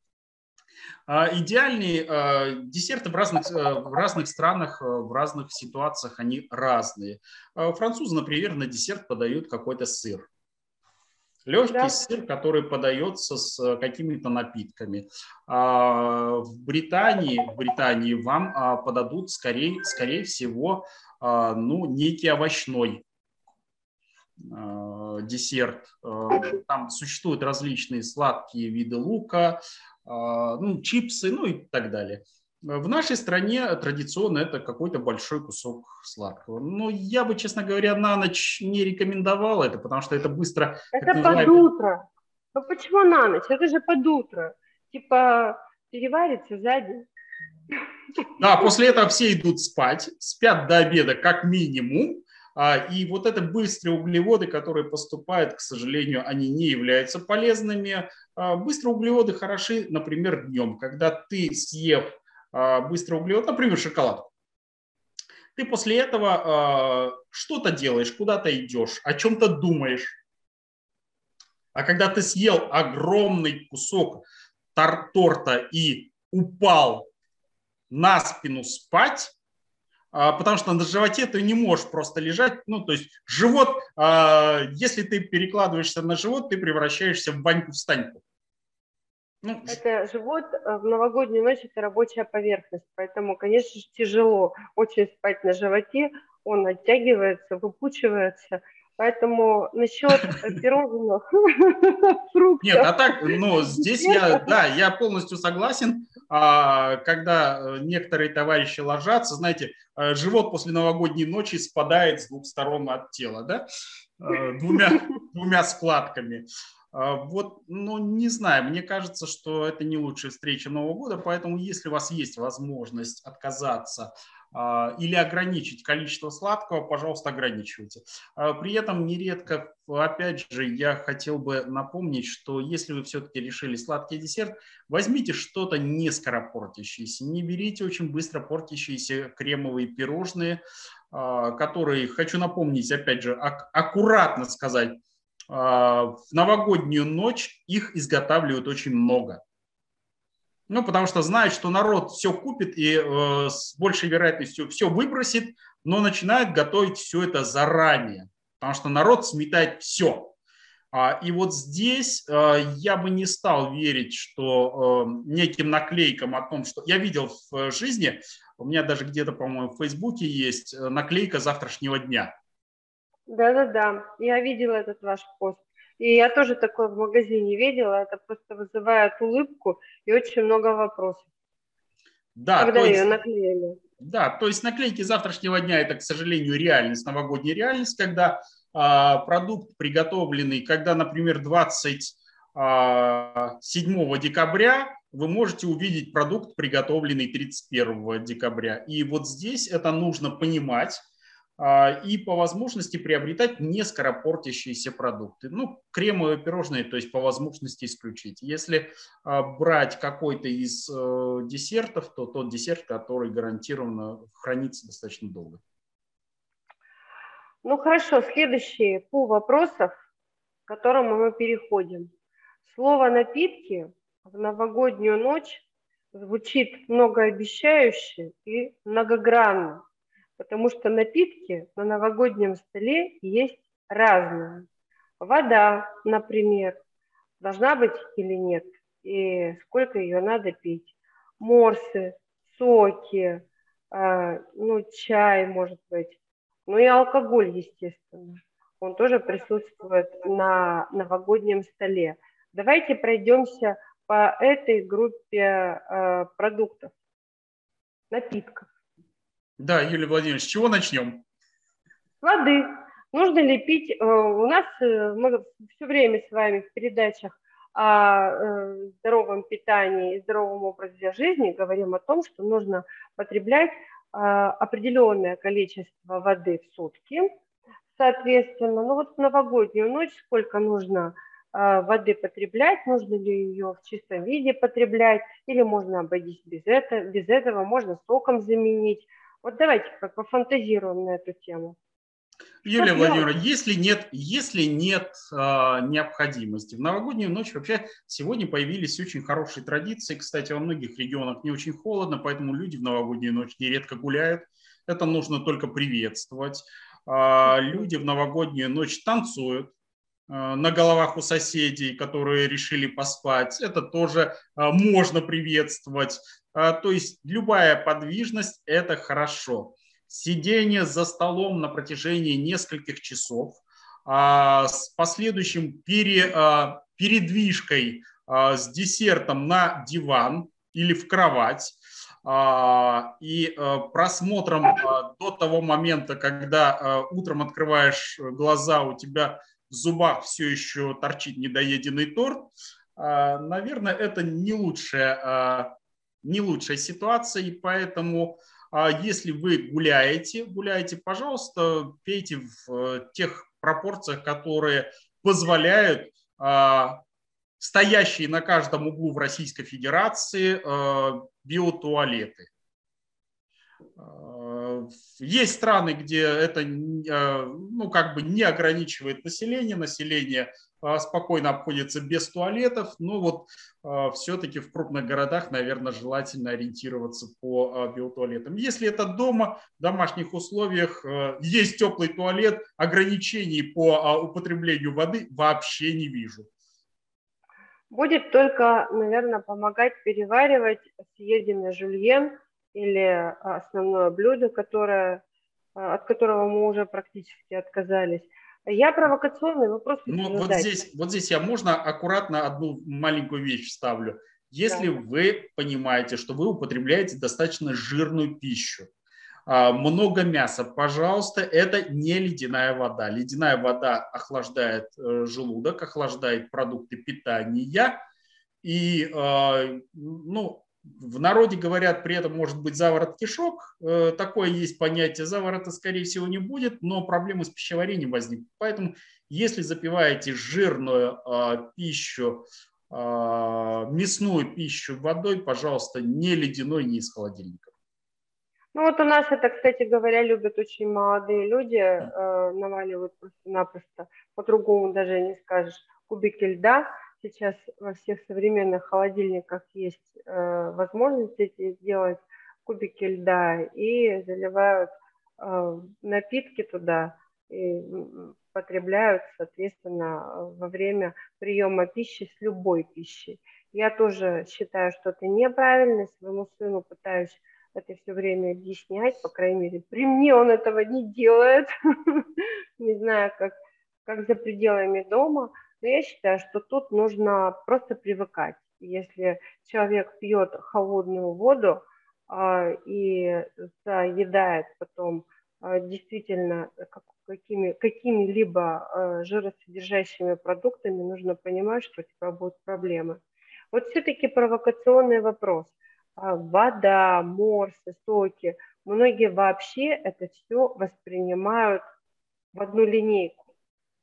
идеальные десерты в разных, в разных странах, в разных ситуациях, они разные. Французы, например, на десерт подают какой-то сыр. Легкий да. сыр, который подается с какими-то напитками. В Британии, в Британии вам подадут, скорее, скорее всего, ну, некий овощной десерт. Там существуют различные сладкие виды лука, ну, чипсы, ну и так далее. В нашей стране традиционно это какой-то большой кусок сладкого. Но я бы, честно говоря, на ночь не рекомендовал это, потому что это быстро... Это под утро. Ну почему на ночь? Это же под утро. Типа переварится за день. Да, после этого все идут спать, спят до обеда как минимум. И вот это быстрые углеводы, которые поступают, к сожалению, они не являются полезными. Быстрые углеводы хороши, например, днем, когда ты съев быстрый углевод, например, шоколадку. Ты после этого что-то делаешь, куда-то идешь, о чем-то думаешь. А когда ты съел огромный кусок торта и упал на спину спать, потому что на животе ты не можешь просто лежать. Ну, то есть живот, если ты перекладываешься на живот, ты превращаешься в Ваньку-встаньку. Ну, это живот в новогоднюю ночь, это рабочая поверхность, поэтому, конечно же, тяжело очень спать на животе, он оттягивается, выпучивается, поэтому насчет пирожных, фруктов. Нет, а так, ну, здесь я, да, я полностью согласен, когда некоторые товарищи ложатся, знаете, живот после новогодней ночи спадает с двух сторон от тела, да, двумя, двумя складками. Вот, ну, не знаю, мне кажется, что это не лучшая встреча Нового года, поэтому если у вас есть возможность отказаться или ограничить количество сладкого, пожалуйста, ограничивайте. При этом нередко, опять же, я хотел бы напомнить, что если вы все-таки решили сладкий десерт, возьмите что-то не скоропортящееся, не берите очень быстро портящиеся кремовые пирожные, которые, хочу напомнить, опять же, ак- аккуратно сказать, в новогоднюю ночь их изготавливают очень много. Ну, потому что знают, что народ все купит и э, с большей вероятностью все выбросит, но начинают готовить все это заранее, потому что народ сметает все. А, и вот здесь э, я бы не стал верить, что э, неким наклейкам о том, что я видел в жизни, у меня даже где-то, по-моему, в Фейсбуке есть наклейка завтрашнего дня. Да-да-да, я видела этот ваш пост. И я тоже такое в магазине видела, это просто вызывает улыбку и очень много вопросов. Да, когда то есть, ее наклеили. Да, то есть наклейки завтрашнего дня – это, к сожалению, реальность, новогодняя реальность, когда а, продукт приготовленный, когда, например, двадцать седьмого декабря вы можете увидеть продукт, приготовленный тридцать первого декабря. И вот здесь это нужно понимать, и по возможности приобретать не скоропортящиеся продукты. Ну, кремовые пирожные, то есть по возможности исключить. Если брать какой-то из десертов, то тот десерт, который гарантированно хранится достаточно долго. Ну хорошо, следующий пул вопросов, к которому мы переходим. Слово «напитки» в новогоднюю ночь звучит многообещающе и многогранно, потому что напитки на новогоднем столе есть разные. Вода, например, должна быть или нет, и сколько ее надо пить. Морсы, соки, э, ну, чай, может быть, ну и алкоголь, естественно. Он тоже присутствует на новогоднем столе. Давайте пройдемся по этой группе э, продуктов, напитков. Да, Юлия Владимировна, с чего начнем? Воды. Нужно ли пить? У нас мы все время с вами в передачах о здоровом питании и здоровом образе жизни говорим о том, что нужно потреблять определенное количество воды в сутки. Соответственно, ну вот в новогоднюю ночь сколько нужно воды потреблять, нужно ли ее в чистом виде потреблять, или можно обойтись без этого, без этого можно соком заменить. Вот давайте как пофантазируем на эту тему. Юлия Владимировна, если нет, если нет э, необходимости, в новогоднюю ночь вообще сегодня появились очень хорошие традиции. Кстати, во многих регионах не очень холодно, поэтому люди в новогоднюю ночь нередко гуляют. Это нужно только приветствовать. Э, люди в новогоднюю ночь танцуют э, на головах у соседей, которые решили поспать. Это тоже э, можно приветствовать. Э, то есть любая подвижность – это хорошо. Сидение за столом на протяжении нескольких часов а, с последующим пере, а, передвижкой а, с десертом на диван или в кровать а, и а, просмотром а, до того момента, когда а, утром открываешь глаза, у тебя в зубах все еще торчит недоеденный торт, а, наверное, это не лучшая а, не лучшая ситуация, и поэтому, если вы гуляете, гуляете, пожалуйста, пейте в тех пропорциях, которые позволяют стоящие на каждом углу в Российской Федерации биотуалеты. Есть страны, где это ну, как бы не ограничивает население, население спокойно обходится без туалетов, но вот все-таки в крупных городах, наверное, желательно ориентироваться по биотуалетам. Если это дома, в домашних условиях, есть теплый туалет, ограничений по употреблению воды вообще не вижу. Будет только, наверное, помогать переваривать съеденный жульен или основное блюдо, которое, от которого мы уже практически отказались. Я провокационный вопрос. Ну, вот здесь, вот здесь я можно аккуратно одну маленькую вещь вставлю. Если да. вы понимаете, что вы употребляете достаточно жирную пищу, много мяса, пожалуйста, это не ледяная вода. Ледяная вода охлаждает желудок, охлаждает продукты питания. И, ну, в народе говорят, при этом может быть заворот кишок. Такое есть понятие. Заворота, скорее всего, не будет, но проблемы с пищеварением возникнут. Поэтому, если запиваете жирную пищу, мясную пищу водой, пожалуйста, не ледяной, не из холодильника. Ну вот у нас это, кстати говоря, любят очень молодые люди, э, наваливают просто-напросто, по-другому даже не скажешь, кубики льда. Сейчас во всех современных холодильниках есть э, возможность эти сделать кубики льда и заливают э, напитки туда и потребляют, соответственно, во время приема пищи с любой пищей. Я тоже считаю, что это неправильно, своему сыну пытаюсь это все время объяснять, по крайней мере, при мне он этого не делает, не знаю, как, как за пределами дома, но я считаю, что тут нужно просто привыкать. Если человек пьет холодную воду э, и заедает потом э, действительно как, какими, какими-либо э, жиросодержащими продуктами, нужно понимать, что у тебя будут проблемы. Вот все-таки провокационный вопрос. Вода, морсы, соки, многие вообще это все воспринимают в одну линейку.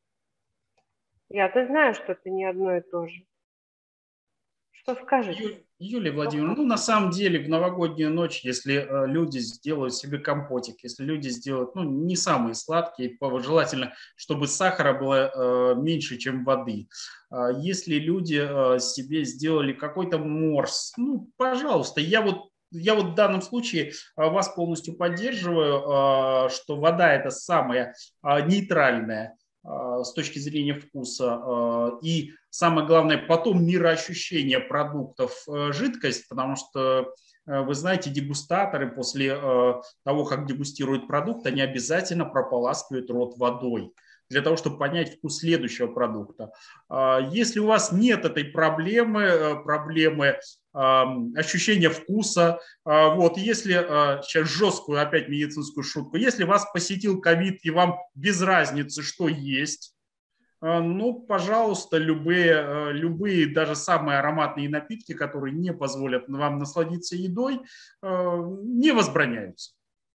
Я-то знаю, что это не одно и то же. Что скажете? Юлия Владимировна, ну на самом деле в новогоднюю ночь, если э, люди сделают себе компотик, если люди сделают, ну не самые сладкие, желательно, чтобы сахара было э, меньше, чем воды. Э, если люди э, себе сделали какой-то морс, ну пожалуйста, я вот Я вот в данном случае вас полностью поддерживаю, что вода – это самая нейтральная с точки зрения вкуса. И самое главное, потом мироощущение продуктов жидкость, потому что, вы знаете, дегустаторы после того, как дегустируют продукт, они обязательно прополаскивают рот водой для того, чтобы понять вкус следующего продукта. Если у вас нет этой проблемы, проблемы ощущения вкуса, вот, если, сейчас жесткую опять медицинскую шутку, если вас посетил ковид и вам без разницы, что есть, ну, пожалуйста, любые, любые, даже самые ароматные напитки, которые не позволят вам насладиться едой, не возбраняются.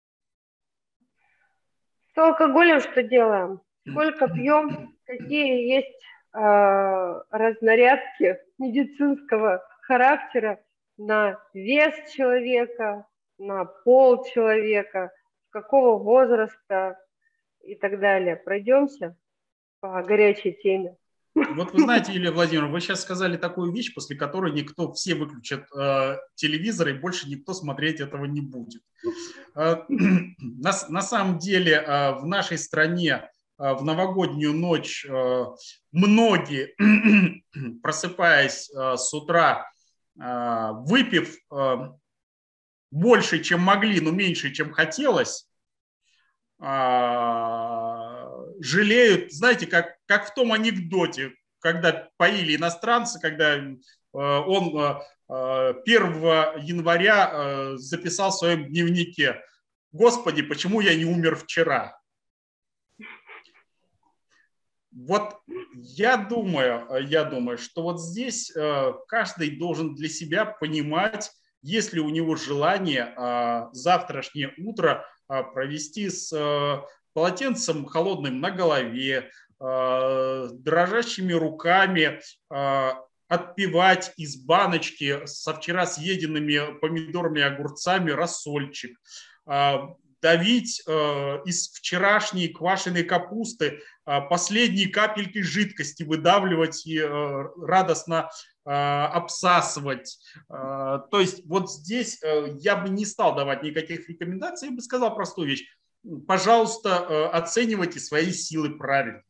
С алкоголем что делаем? Сколько пьем, какие есть э, разнарядки медицинского характера на вес человека, на пол человека, с какого возраста и так далее. Пройдемся по горячей теме. Вот вы знаете, Юлия Владимировна, вы сейчас сказали такую вещь, после которой никто, все выключат э, телевизор, и больше никто смотреть этого не будет. Э, на, на самом деле э, в нашей стране э, в новогоднюю ночь э, многие, просыпаясь э, с утра, э, выпив э, больше, чем могли, но меньше, чем хотелось, жалеют, знаете, как, как в том анекдоте, когда поили иностранца, когда он первого января записал в своем дневнике: «Господи, почему я не умер вчера?» Вот я думаю, я думаю, что вот здесь каждый должен для себя понимать, есть ли у него желание завтрашнее утро провести с полотенцем холодным на голове, дрожащими руками, отпивать из баночки со вчера съеденными помидорами и огурцами рассольчик, давить из вчерашней квашеной капусты последние капельки жидкости, выдавливать и радостно обсасывать. То есть вот здесь я бы не стал давать никаких рекомендаций, я бы сказал простую вещь. Пожалуйста, оценивайте свои силы правильно.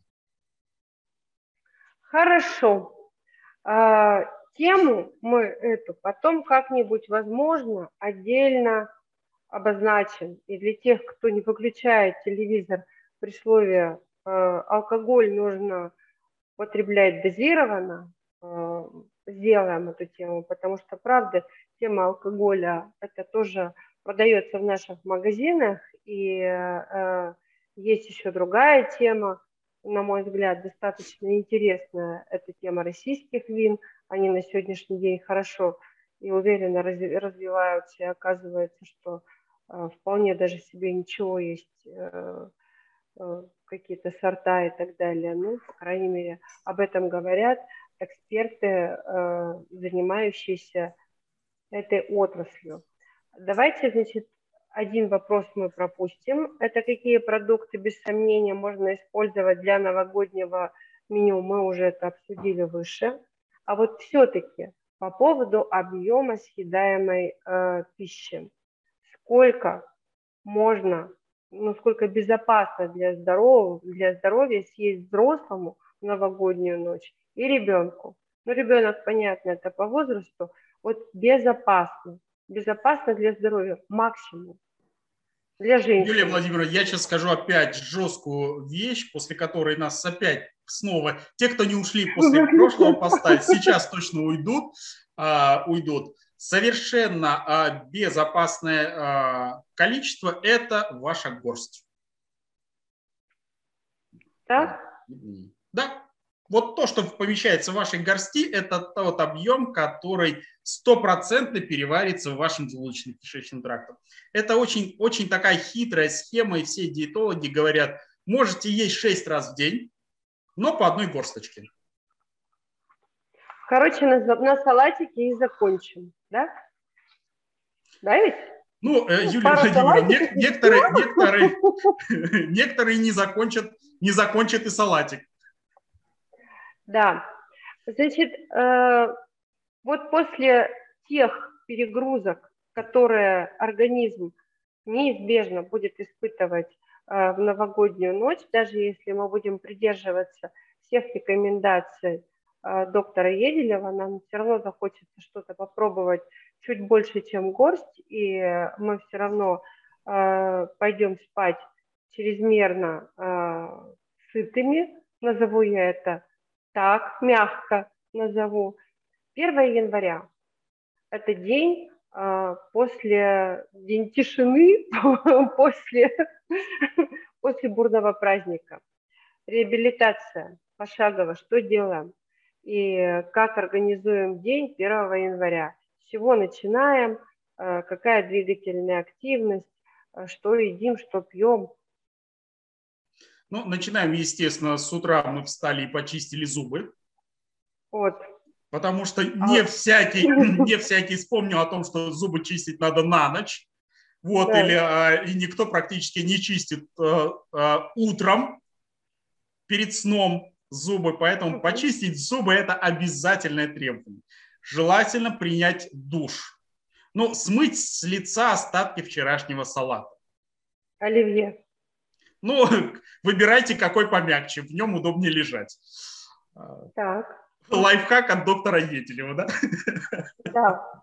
Хорошо. А, тему мы эту потом как-нибудь, возможно, отдельно обозначим. И для тех, кто не выключает телевизор при слове э, алкоголь нужно употреблять дозированно, э, сделаем эту тему, потому что, правда, тема алкоголя, это тоже продается в наших магазинах, и э, есть еще другая тема, на мой взгляд, достаточно интересная, это тема российских вин, они на сегодняшний день хорошо и уверенно развиваются, и оказывается, что э, вполне даже себе ничего есть, э, э, какие-то сорта и так далее, ну, по крайней мере, об этом говорят эксперты, э, занимающиеся этой отраслью. Давайте, значит, один вопрос мы пропустим. Это какие продукты, без сомнения, можно использовать для новогоднего меню. Мы уже это обсудили выше. А вот все-таки по поводу объема съедаемой э, пищи. Сколько можно, ну, сколько безопасно для здоровья, для здоровья съесть взрослому в новогоднюю ночь и ребенку? Ну, ребенок, понятно, это по возрасту. Вот безопасно. Безопасно для здоровья максимум. Для женщин. Юлия Владимировна, я сейчас скажу опять жесткую вещь, после которой нас опять снова, те, кто не ушли после прошлого поста, сейчас точно уйдут, а, уйдут. Совершенно а, безопасное а, количество – это ваша горсть. Так? Да. Вот то, что помещается в вашей горсти, это тот объем, который стопроцентно переварится в вашем желудочно-кишечном тракте. Это очень, очень такая хитрая схема, и все диетологи говорят, можете есть шесть раз в день, но по одной горсточке. Короче, на, на салатике и закончим, да? Да ведь? Ну, э, Юлия Владимировна, не, некоторые, некоторые, некоторые не закончат, не закончат и салатик. Да, значит, э, вот после тех перегрузок, которые организм неизбежно будет испытывать э, в новогоднюю ночь, даже если мы будем придерживаться всех рекомендаций э, доктора Еделева, нам все равно захочется что-то попробовать чуть больше, чем горсть, и мы все равно э, пойдем спать чрезмерно э, сытыми, назову я это так, мягко назову. первого января – это день э, после, день тишины, после, после бурного праздника. Реабилитация пошагово, что делаем и как организуем день первого января. С чего начинаем, э, какая двигательная активность, э, что едим, что пьем. Ну, начинаем, естественно, с утра мы встали и почистили зубы. Вот. Потому что не, а... всякий, не всякий вспомнил о том, что зубы чистить надо на ночь. Вот, да. Или а, и никто практически не чистит а, а, утром перед сном зубы. Поэтому uh-huh. почистить зубы – это обязательное требование. Желательно принять душ. Ну, смыть с лица остатки вчерашнего салата. Оливье. Ну, выбирайте, какой помягче, в нем удобнее лежать. Так. Лайфхак от доктора Еделева, да? Да.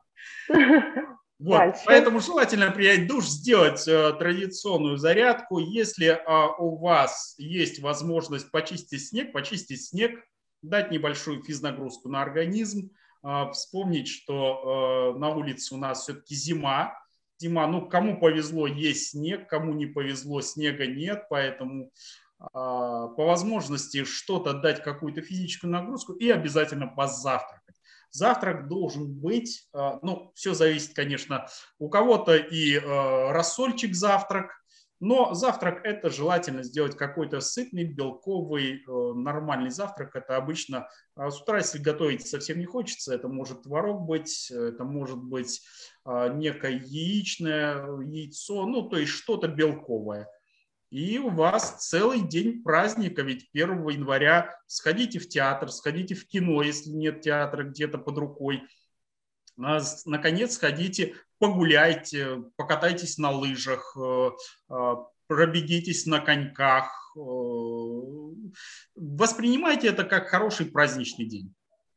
Вот, поэтому желательно принять душ, сделать э, традиционную зарядку. Если э, у вас есть возможность почистить снег, почистить снег, дать небольшую физнагрузку на организм, э, вспомнить, что э, на улице у нас все-таки зима. Зима, ну, кому повезло, есть снег, кому не повезло, снега нет, поэтому э, по возможности что-то дать, какую-то физическую нагрузку и обязательно позавтракать. Завтрак должен быть, ну, все зависит, конечно, у кого-то и рассольчик завтрак, но завтрак это желательно сделать какой-то сытный, белковый, нормальный завтрак. Это обычно с утра, если готовить совсем не хочется, это может творог быть, это может быть некое яичное яйцо, ну, то есть что-то белковое. И у вас целый день праздника, ведь первого января сходите в театр, сходите в кино, если нет театра где-то под рукой. Наконец, сходите, погуляйте, покатайтесь на лыжах, пробегитесь на коньках. Воспринимайте это как хороший праздничный день.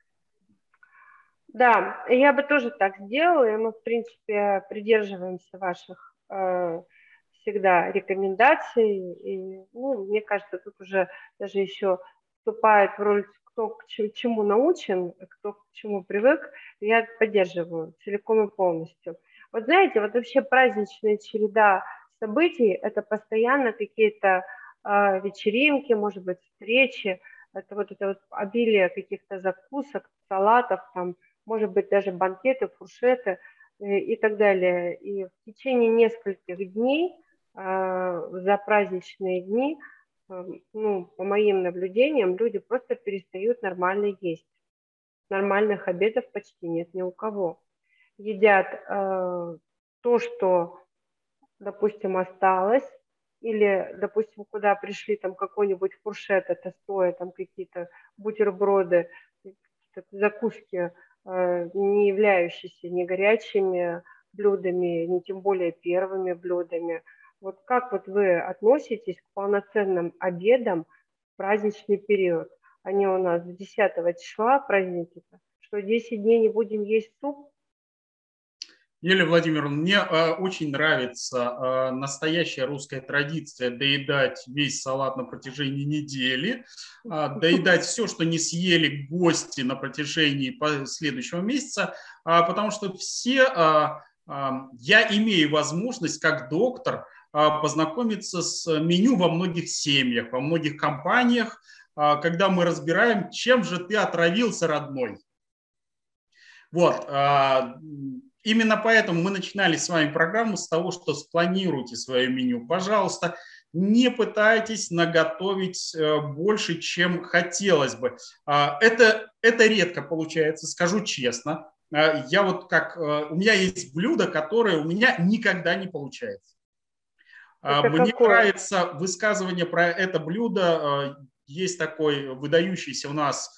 Да, я бы тоже так сделала, и мы, в принципе, придерживаемся ваших э, всегда рекомендаций, и, ну, мне кажется, тут уже даже еще вступает в роль, кто к чему научен, кто к чему привык, я поддерживаю целиком и полностью. Вот знаете, вот вообще праздничная череда событий, это постоянно какие-то э, вечеринки, может быть, встречи, это вот это вот обилие каких-то закусок, салатов, там, может быть, даже банкеты, фуршеты и так далее. И в течение нескольких дней, за праздничные дни, ну, по моим наблюдениям, люди просто перестают нормально есть. Нормальных обедов почти нет ни у кого. Едят э, то, что, допустим, осталось, или, допустим, куда пришли, там какой-нибудь фуршет, это стоя, там какие-то бутерброды, закуски, не являющиеся ни горячими блюдами, ни тем более первыми блюдами. Вот как вот вы относитесь к полноценным обедам в праздничный период? Они у нас с десятого числа праздники-то, что десять дней не будем есть суп? Юлия Владимировна, мне э, очень нравится э, настоящая русская традиция доедать весь салат на протяжении недели, э, доедать все, что не съели гости на протяжении следующего месяца, э, потому что все, э, э, я имею возможность как доктор э, познакомиться с меню во многих семьях, во многих компаниях, э, когда мы разбираем, чем же ты отравился, родной. Вот. Э, Именно поэтому мы начинали с вами программу с того, что спланируйте свое меню. Пожалуйста, не пытайтесь наготовить больше, чем хотелось бы. Это, это редко получается, скажу честно. Я вот как, у меня есть блюдо, которое у меня никогда не получается. Это Мне какое? Нравится высказывание про это блюдо. Есть такой выдающийся у нас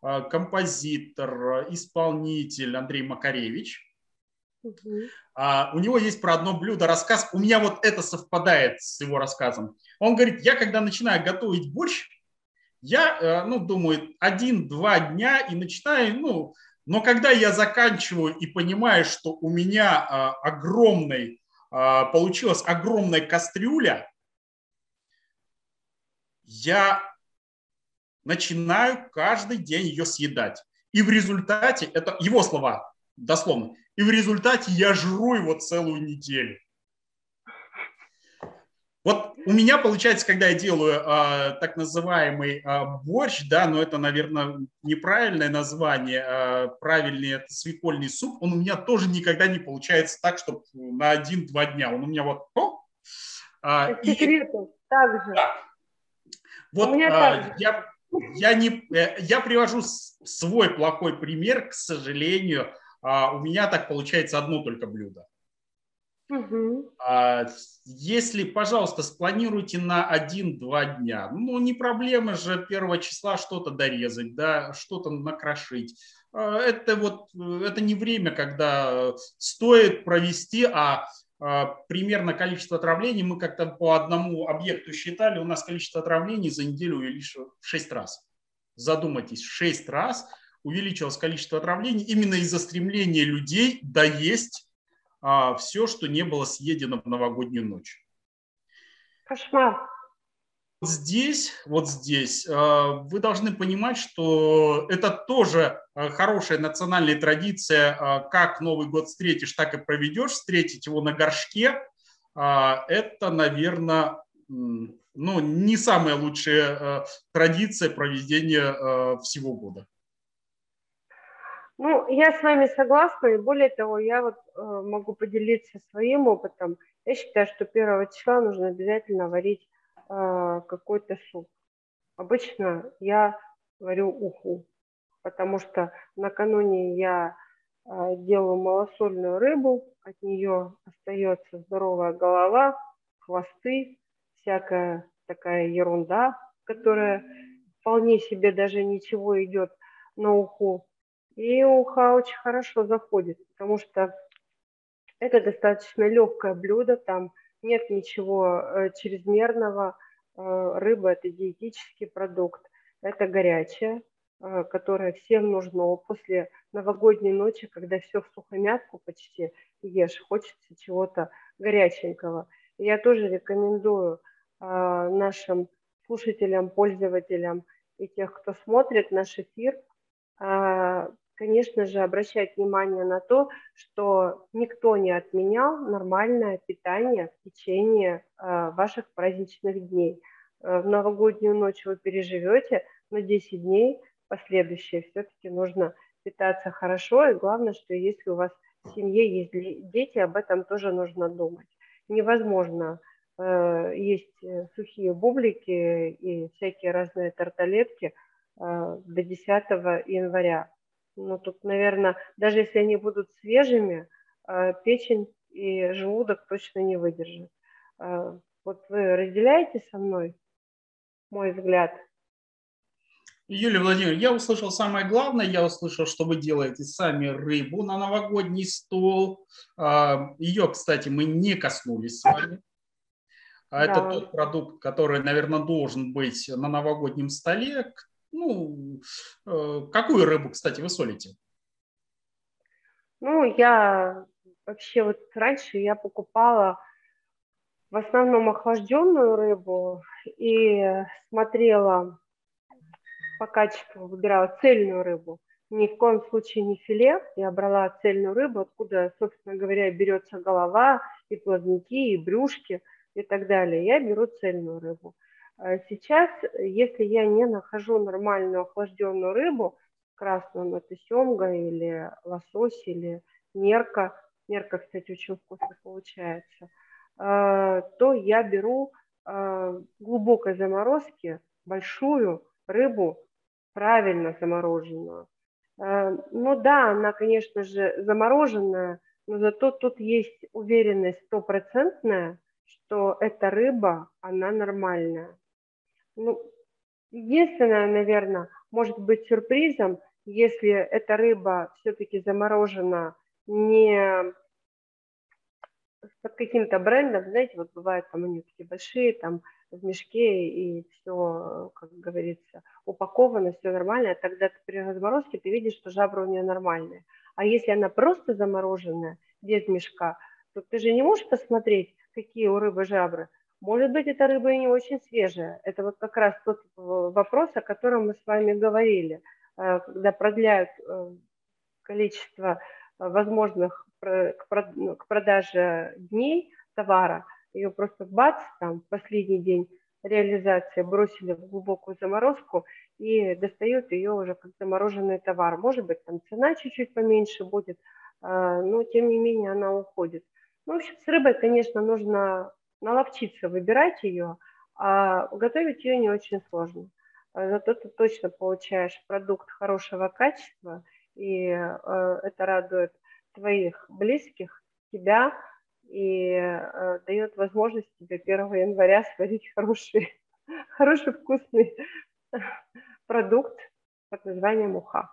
композитор, исполнитель Андрей Макаревич. Uh-huh. Uh, у него есть про одно блюдо рассказ. У меня вот это совпадает с его рассказом. Он говорит, я когда начинаю готовить борщ, я, ну, думаю, один-два дня и начинаю, ну, но когда я заканчиваю и понимаю, что у меня uh, огромный, uh, получилась огромная кастрюля, я начинаю каждый день ее съедать. И в результате, это его слова, дословно, и в результате я жру его целую неделю. Вот у меня получается, когда я делаю э, так называемый э, борщ, да, но это, наверное, неправильное название, э, правильный это свекольный суп, он у меня тоже никогда не получается так, чтобы на один-два дня. Он у меня вот... О, э, и, секретов, так же. Да. Вот у меня э, так же. Я, я, не, я привожу свой плохой пример, к сожалению. Uh, у меня так получается одно только блюдо. Uh-huh. Uh, если, пожалуйста, спланируйте на один-два дня. Ну, не проблема же первого числа что-то дорезать, да, что-то накрошить. Uh, это вот, это не время, когда стоит провести, а uh, примерно количество отравлений, мы как-то по одному объекту считали, у нас количество отравлений за неделю увеличилось в шесть раз. Задумайтесь, в шесть раз увеличилось количество отравлений именно из-за стремления людей доесть а, все, что не было съедено в новогоднюю ночь. Кошмар. Вот здесь, вот здесь а, вы должны понимать, что это тоже а, хорошая национальная традиция. А, как Новый год встретишь, так и проведешь. Встретить его на горшке а, – это, наверное, ну, не самая лучшая а, традиция проведения а, всего года. Ну, я с вами согласна, и более того, я вот э, могу поделиться своим опытом. Я считаю, что первого числа нужно обязательно варить э, какой-то суп. Обычно я варю уху, потому что накануне я э, делаю малосольную рыбу, от нее остается здоровая голова, хвосты, всякая такая ерунда, которая вполне себе даже ничего идет на уху. И уха очень хорошо заходит, потому что это достаточно легкое блюдо, там нет ничего э, чрезмерного. Э, рыба – это диетический продукт, это горячее, э, которое всем нужно после новогодней ночи, когда все в сухомятку почти ешь, хочется чего-то горяченького. И я тоже рекомендую э, нашим слушателям, пользователям и тех, кто смотрит наш эфир, э, конечно же, обращать внимание на то, что никто не отменял нормальное питание в течение э, ваших праздничных дней. Э, в новогоднюю ночь вы переживете, но десять дней последующие все-таки нужно питаться хорошо. И главное, что если у вас в семье есть дети, об этом тоже нужно думать. Невозможно э, есть сухие бублики и всякие разные тарталетки э, до десятого января. Ну, тут, наверное, даже если они будут свежими, печень и желудок точно не выдержат. Вот вы разделяете со мной мой взгляд? Юлия Владимировна, я услышал самое главное, я услышал, что вы делаете сами рыбу на новогодний стол. Ее, кстати, мы не коснулись с вами. Это Да. тот продукт, который, наверное, должен быть на новогоднем столе. Ну, какую рыбу, кстати, вы солите? Ну, я вообще вот раньше я покупала в основном охлажденную рыбу и смотрела по качеству, выбирала цельную рыбу. Ни в коем случае не филе. Я брала цельную рыбу, откуда, собственно говоря, берется голова, и плавники, и брюшки, и так далее. Я беру цельную рыбу. Сейчас, если я не нахожу нормальную охлажденную рыбу, красную, это семга или лосось, или нерка, нерка, кстати, очень вкусно получается, то я беру глубокой заморозки большую рыбу, правильно замороженную. Ну да, она, конечно же, замороженная, но зато тут есть уверенность стопроцентная, что эта рыба, она нормальная. Ну, единственное, наверное, может быть сюрпризом, если эта рыба все-таки заморожена не под каким-то брендом, знаете, вот бывает там они такие большие, там в мешке, и все, как говорится, упаковано, все нормально, тогда ты при разморозке ты видишь, что жабра у нее нормальные. А если она просто замороженная, без мешка, то ты же не можешь посмотреть, какие у рыбы жабры. Может быть, эта рыба и не очень свежая. Это вот как раз тот вопрос, о котором мы с вами говорили, когда продляют количество возможных к продаже дней товара, ее просто бац, там в последний день реализации бросили в глубокую заморозку и достают ее уже как замороженный товар. Может быть, там цена чуть-чуть поменьше будет, но тем не менее она уходит. Ну, в общем, с рыбой, конечно, нужно наловчиться выбирать ее, а готовить ее не очень сложно. Зато ты точно получаешь продукт хорошего качества, и это радует твоих близких, тебя, и э, дает возможность тебе первого января сварить хороший, хороший вкусный продукт под названием уха.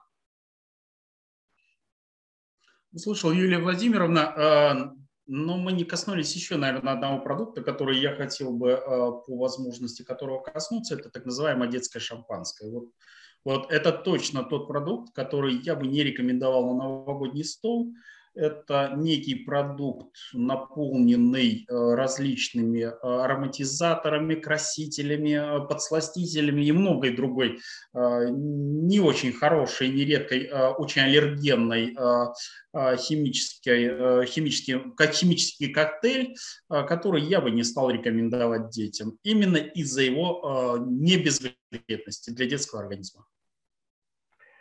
Слушал, Юлия Владимировна, но мы не коснулись еще, наверное, одного продукта, который я хотел бы по возможности которого коснуться, это так называемое детское шампанское. Вот, вот это точно тот продукт, который я бы не рекомендовал на новогодний стол. Это некий продукт, наполненный различными ароматизаторами, красителями, подсластителями и многой другой не очень хорошей, нередкой, очень аллергенной химической, химический, как химический коктейль, который я бы не стал рекомендовать детям. Именно из-за его небезвредности для детского организма.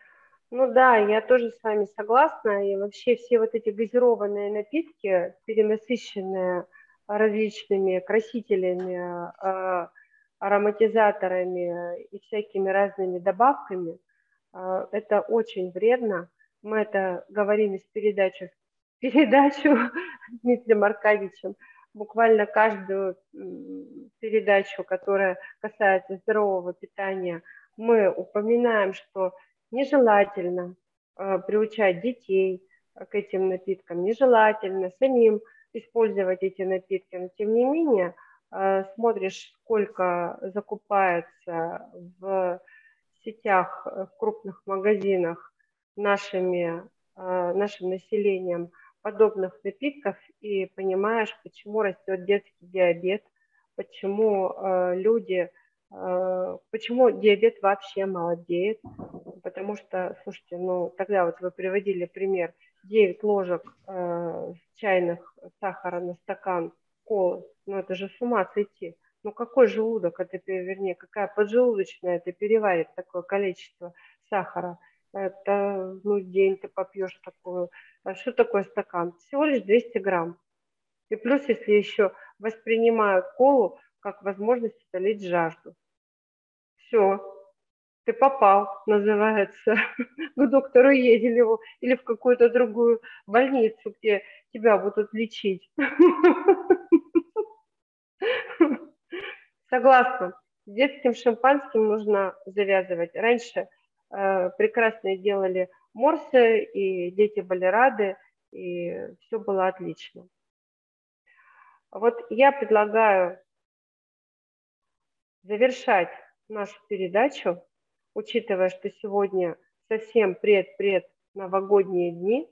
Ну да, я тоже с вами согласна. И вообще все вот эти газированные напитки, перенасыщенные различными красителями, а, ароматизаторами и всякими разными добавками, а, это очень вредно. Мы это говорим из передачи в передачу с Дмитрием Аркадьевичем. Буквально каждую передачу, которая касается здорового питания, мы упоминаем, что нежелательно э, приучать детей к этим напиткам, нежелательно самим использовать эти напитки, но тем не менее э, смотришь, сколько закупается в сетях, в крупных магазинах нашими, э, нашим населением подобных напитков и понимаешь, почему растет детский диабет, почему э, люди, э, почему диабет вообще молодеет. Потому что, слушайте, ну тогда вот вы приводили пример, девять ложек э, чайных сахара на стакан колы, ну это же с ума сойти. Ну какой желудок это, вернее, какая поджелудочная это переварит такое количество сахара? Это, ну, день ты попьешь такую. А что такое стакан? Всего лишь двести грамм. И плюс, если еще воспринимают колу как возможность утолить жажду. Все, ты попал, называется, к доктору Еделеву или в какую-то другую больницу, где тебя будут лечить. Согласна. С детским шампанским нужно завязывать. Раньше э, прекрасно делали морсы, и дети были рады, и все было отлично. Вот я предлагаю завершать нашу передачу, учитывая, что сегодня совсем пред-пред новогодние дни,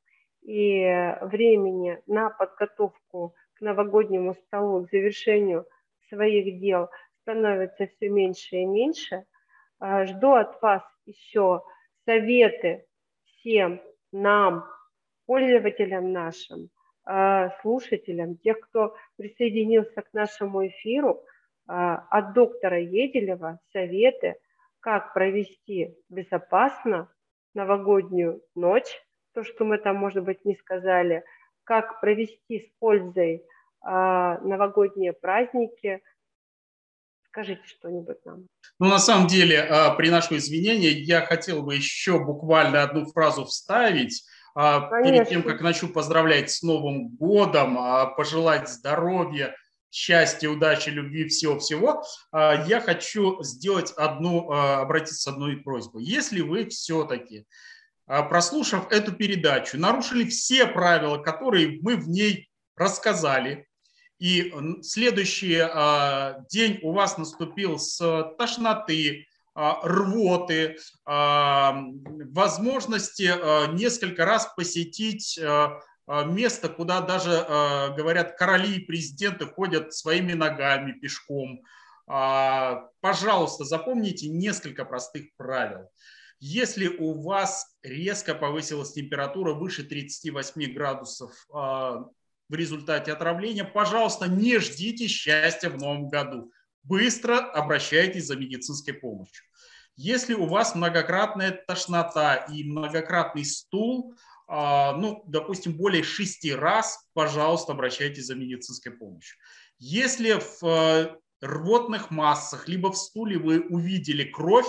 и времени на подготовку к новогоднему столу, к завершению своих дел становится все меньше и меньше. Жду от вас еще советы всем нам, пользователям нашим, слушателям, тех, кто присоединился к нашему эфиру, от доктора Еделева советы, как провести безопасно новогоднюю ночь, то, что мы там, может быть, не сказали, как провести с пользой новогодние праздники. Скажите что-нибудь нам. Ну, на самом деле, приношу извинения, я хотел бы еще буквально одну фразу вставить. Конечно. Перед тем, как начну поздравлять с Новым годом, пожелать здоровья, счастья, удачи, любви, всего-всего, я хочу сделать одну, обратиться с одной просьбой. Если вы все-таки, прослушав эту передачу, нарушили все правила, которые мы в ней рассказали, и следующий э, день у вас наступил с тошноты, э, рвоты, э, возможности э, несколько раз посетить э, место, куда даже, э, говорят, короли и президенты ходят своими ногами пешком. Э, пожалуйста, запомните несколько простых правил. Если у вас резко повысилась температура выше тридцати восьми градусов э, в результате отравления, пожалуйста, не ждите счастья в новом году. Быстро обращайтесь за медицинской помощью. Если у вас многократная тошнота и многократный стул, ну, допустим, более шести раз, пожалуйста, обращайтесь за медицинской помощью. Если в рвотных массах либо в стуле вы увидели кровь,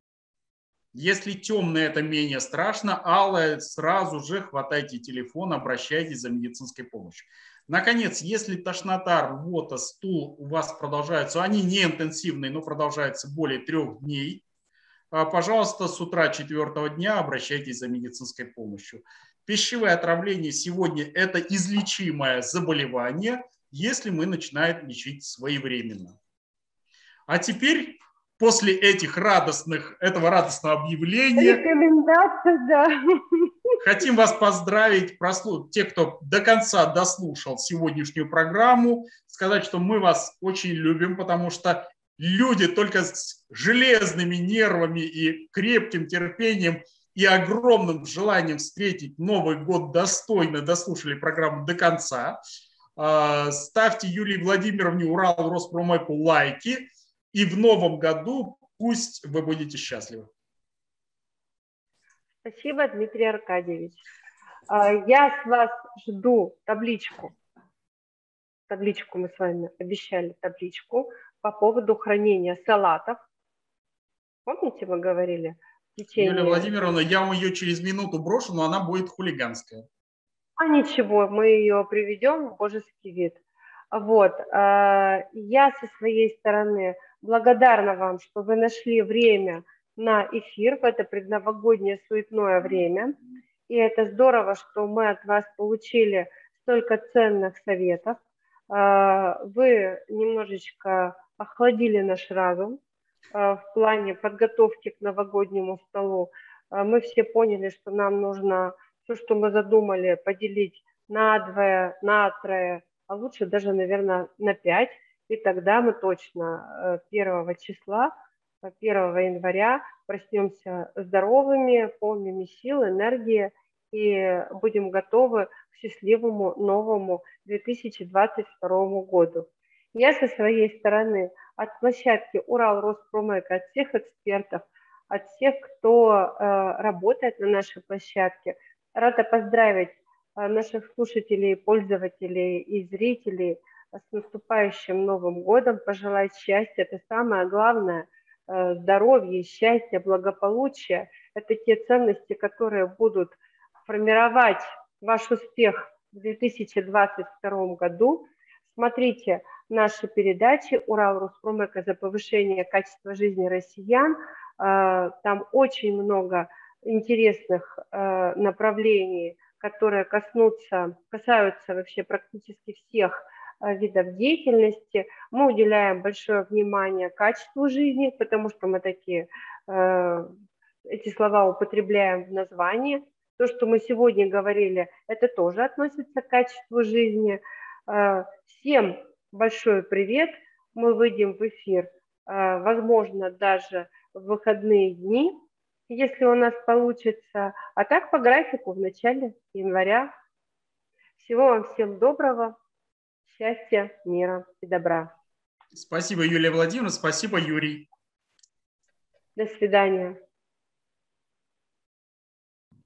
если темное, это менее страшно, алое, сразу же хватайте телефон, обращайтесь за медицинской помощью. Наконец, если тошнота, рвота, стул у вас продолжаются, они не интенсивные, но продолжаются более трех дней, пожалуйста, с утра четвертого дня обращайтесь за медицинской помощью. Пищевое отравление сегодня – это излечимое заболевание, если мы начинаем лечить своевременно. А теперь... После этих радостных, этого радостного объявления рекомендация, да. Хотим вас поздравить, прослу... те, кто до конца дослушал сегодняшнюю программу, сказать, что мы вас очень любим, потому что люди только с железными нервами и крепким терпением и огромным желанием встретить Новый год достойно дослушали программу до конца. Ставьте Юлии Владимировне Урал Роспромойку лайки. И в новом году пусть вы будете счастливы. Спасибо, Дмитрий Аркадьевич. Я с вас жду табличку. Табличку мы с вами обещали, табличку по поводу хранения салатов. Помните, мы говорили? В течение... Юлия Владимировна, я вам ее через минуту брошу, но она будет хулиганская. А ничего, мы ее приведем в божеский вид. Вот. Я со своей стороны благодарна вам, что вы нашли время на эфир в это предновогоднее суетное время. И это здорово, что мы от вас получили столько ценных советов. Вы немножечко охладили наш разум в плане подготовки к новогоднему столу. Мы все поняли, что нам нужно все, что мы задумали, поделить на двое, на трое, а лучше даже, наверное, на пять. И тогда мы точно первого числа, первого января проснемся здоровыми, полными сил, энергии и будем готовы к счастливому новому две тысячи двадцать второму году. Я со своей стороны от площадки Урал Роспромека, от всех экспертов, от всех, кто э, работает на нашей площадке, рада поздравить э, наших слушателей, пользователей и зрителей с наступающим Новым годом, пожелать счастья. Это самое главное. Э, здоровье, счастье, благополучие. Это те ценности, которые будут формировать ваш успех в две тысячи двадцать втором году. Смотрите наши передачи «Урал Роспромека» за повышение качества жизни россиян. Там очень много интересных направлений, которые коснутся, касаются вообще практически всех видов деятельности. Мы уделяем большое внимание качеству жизни, потому что мы такие, эти слова употребляем в названии. То, что мы сегодня говорили, это тоже относится к качеству жизни. Всем большой привет. Мы выйдем в эфир, возможно, даже в выходные дни, если у нас получится. А так по графику в начале января. Всего вам всем доброго, счастья, мира и добра. Спасибо, Юлия Владимировна. Спасибо, Юрий. До свидания.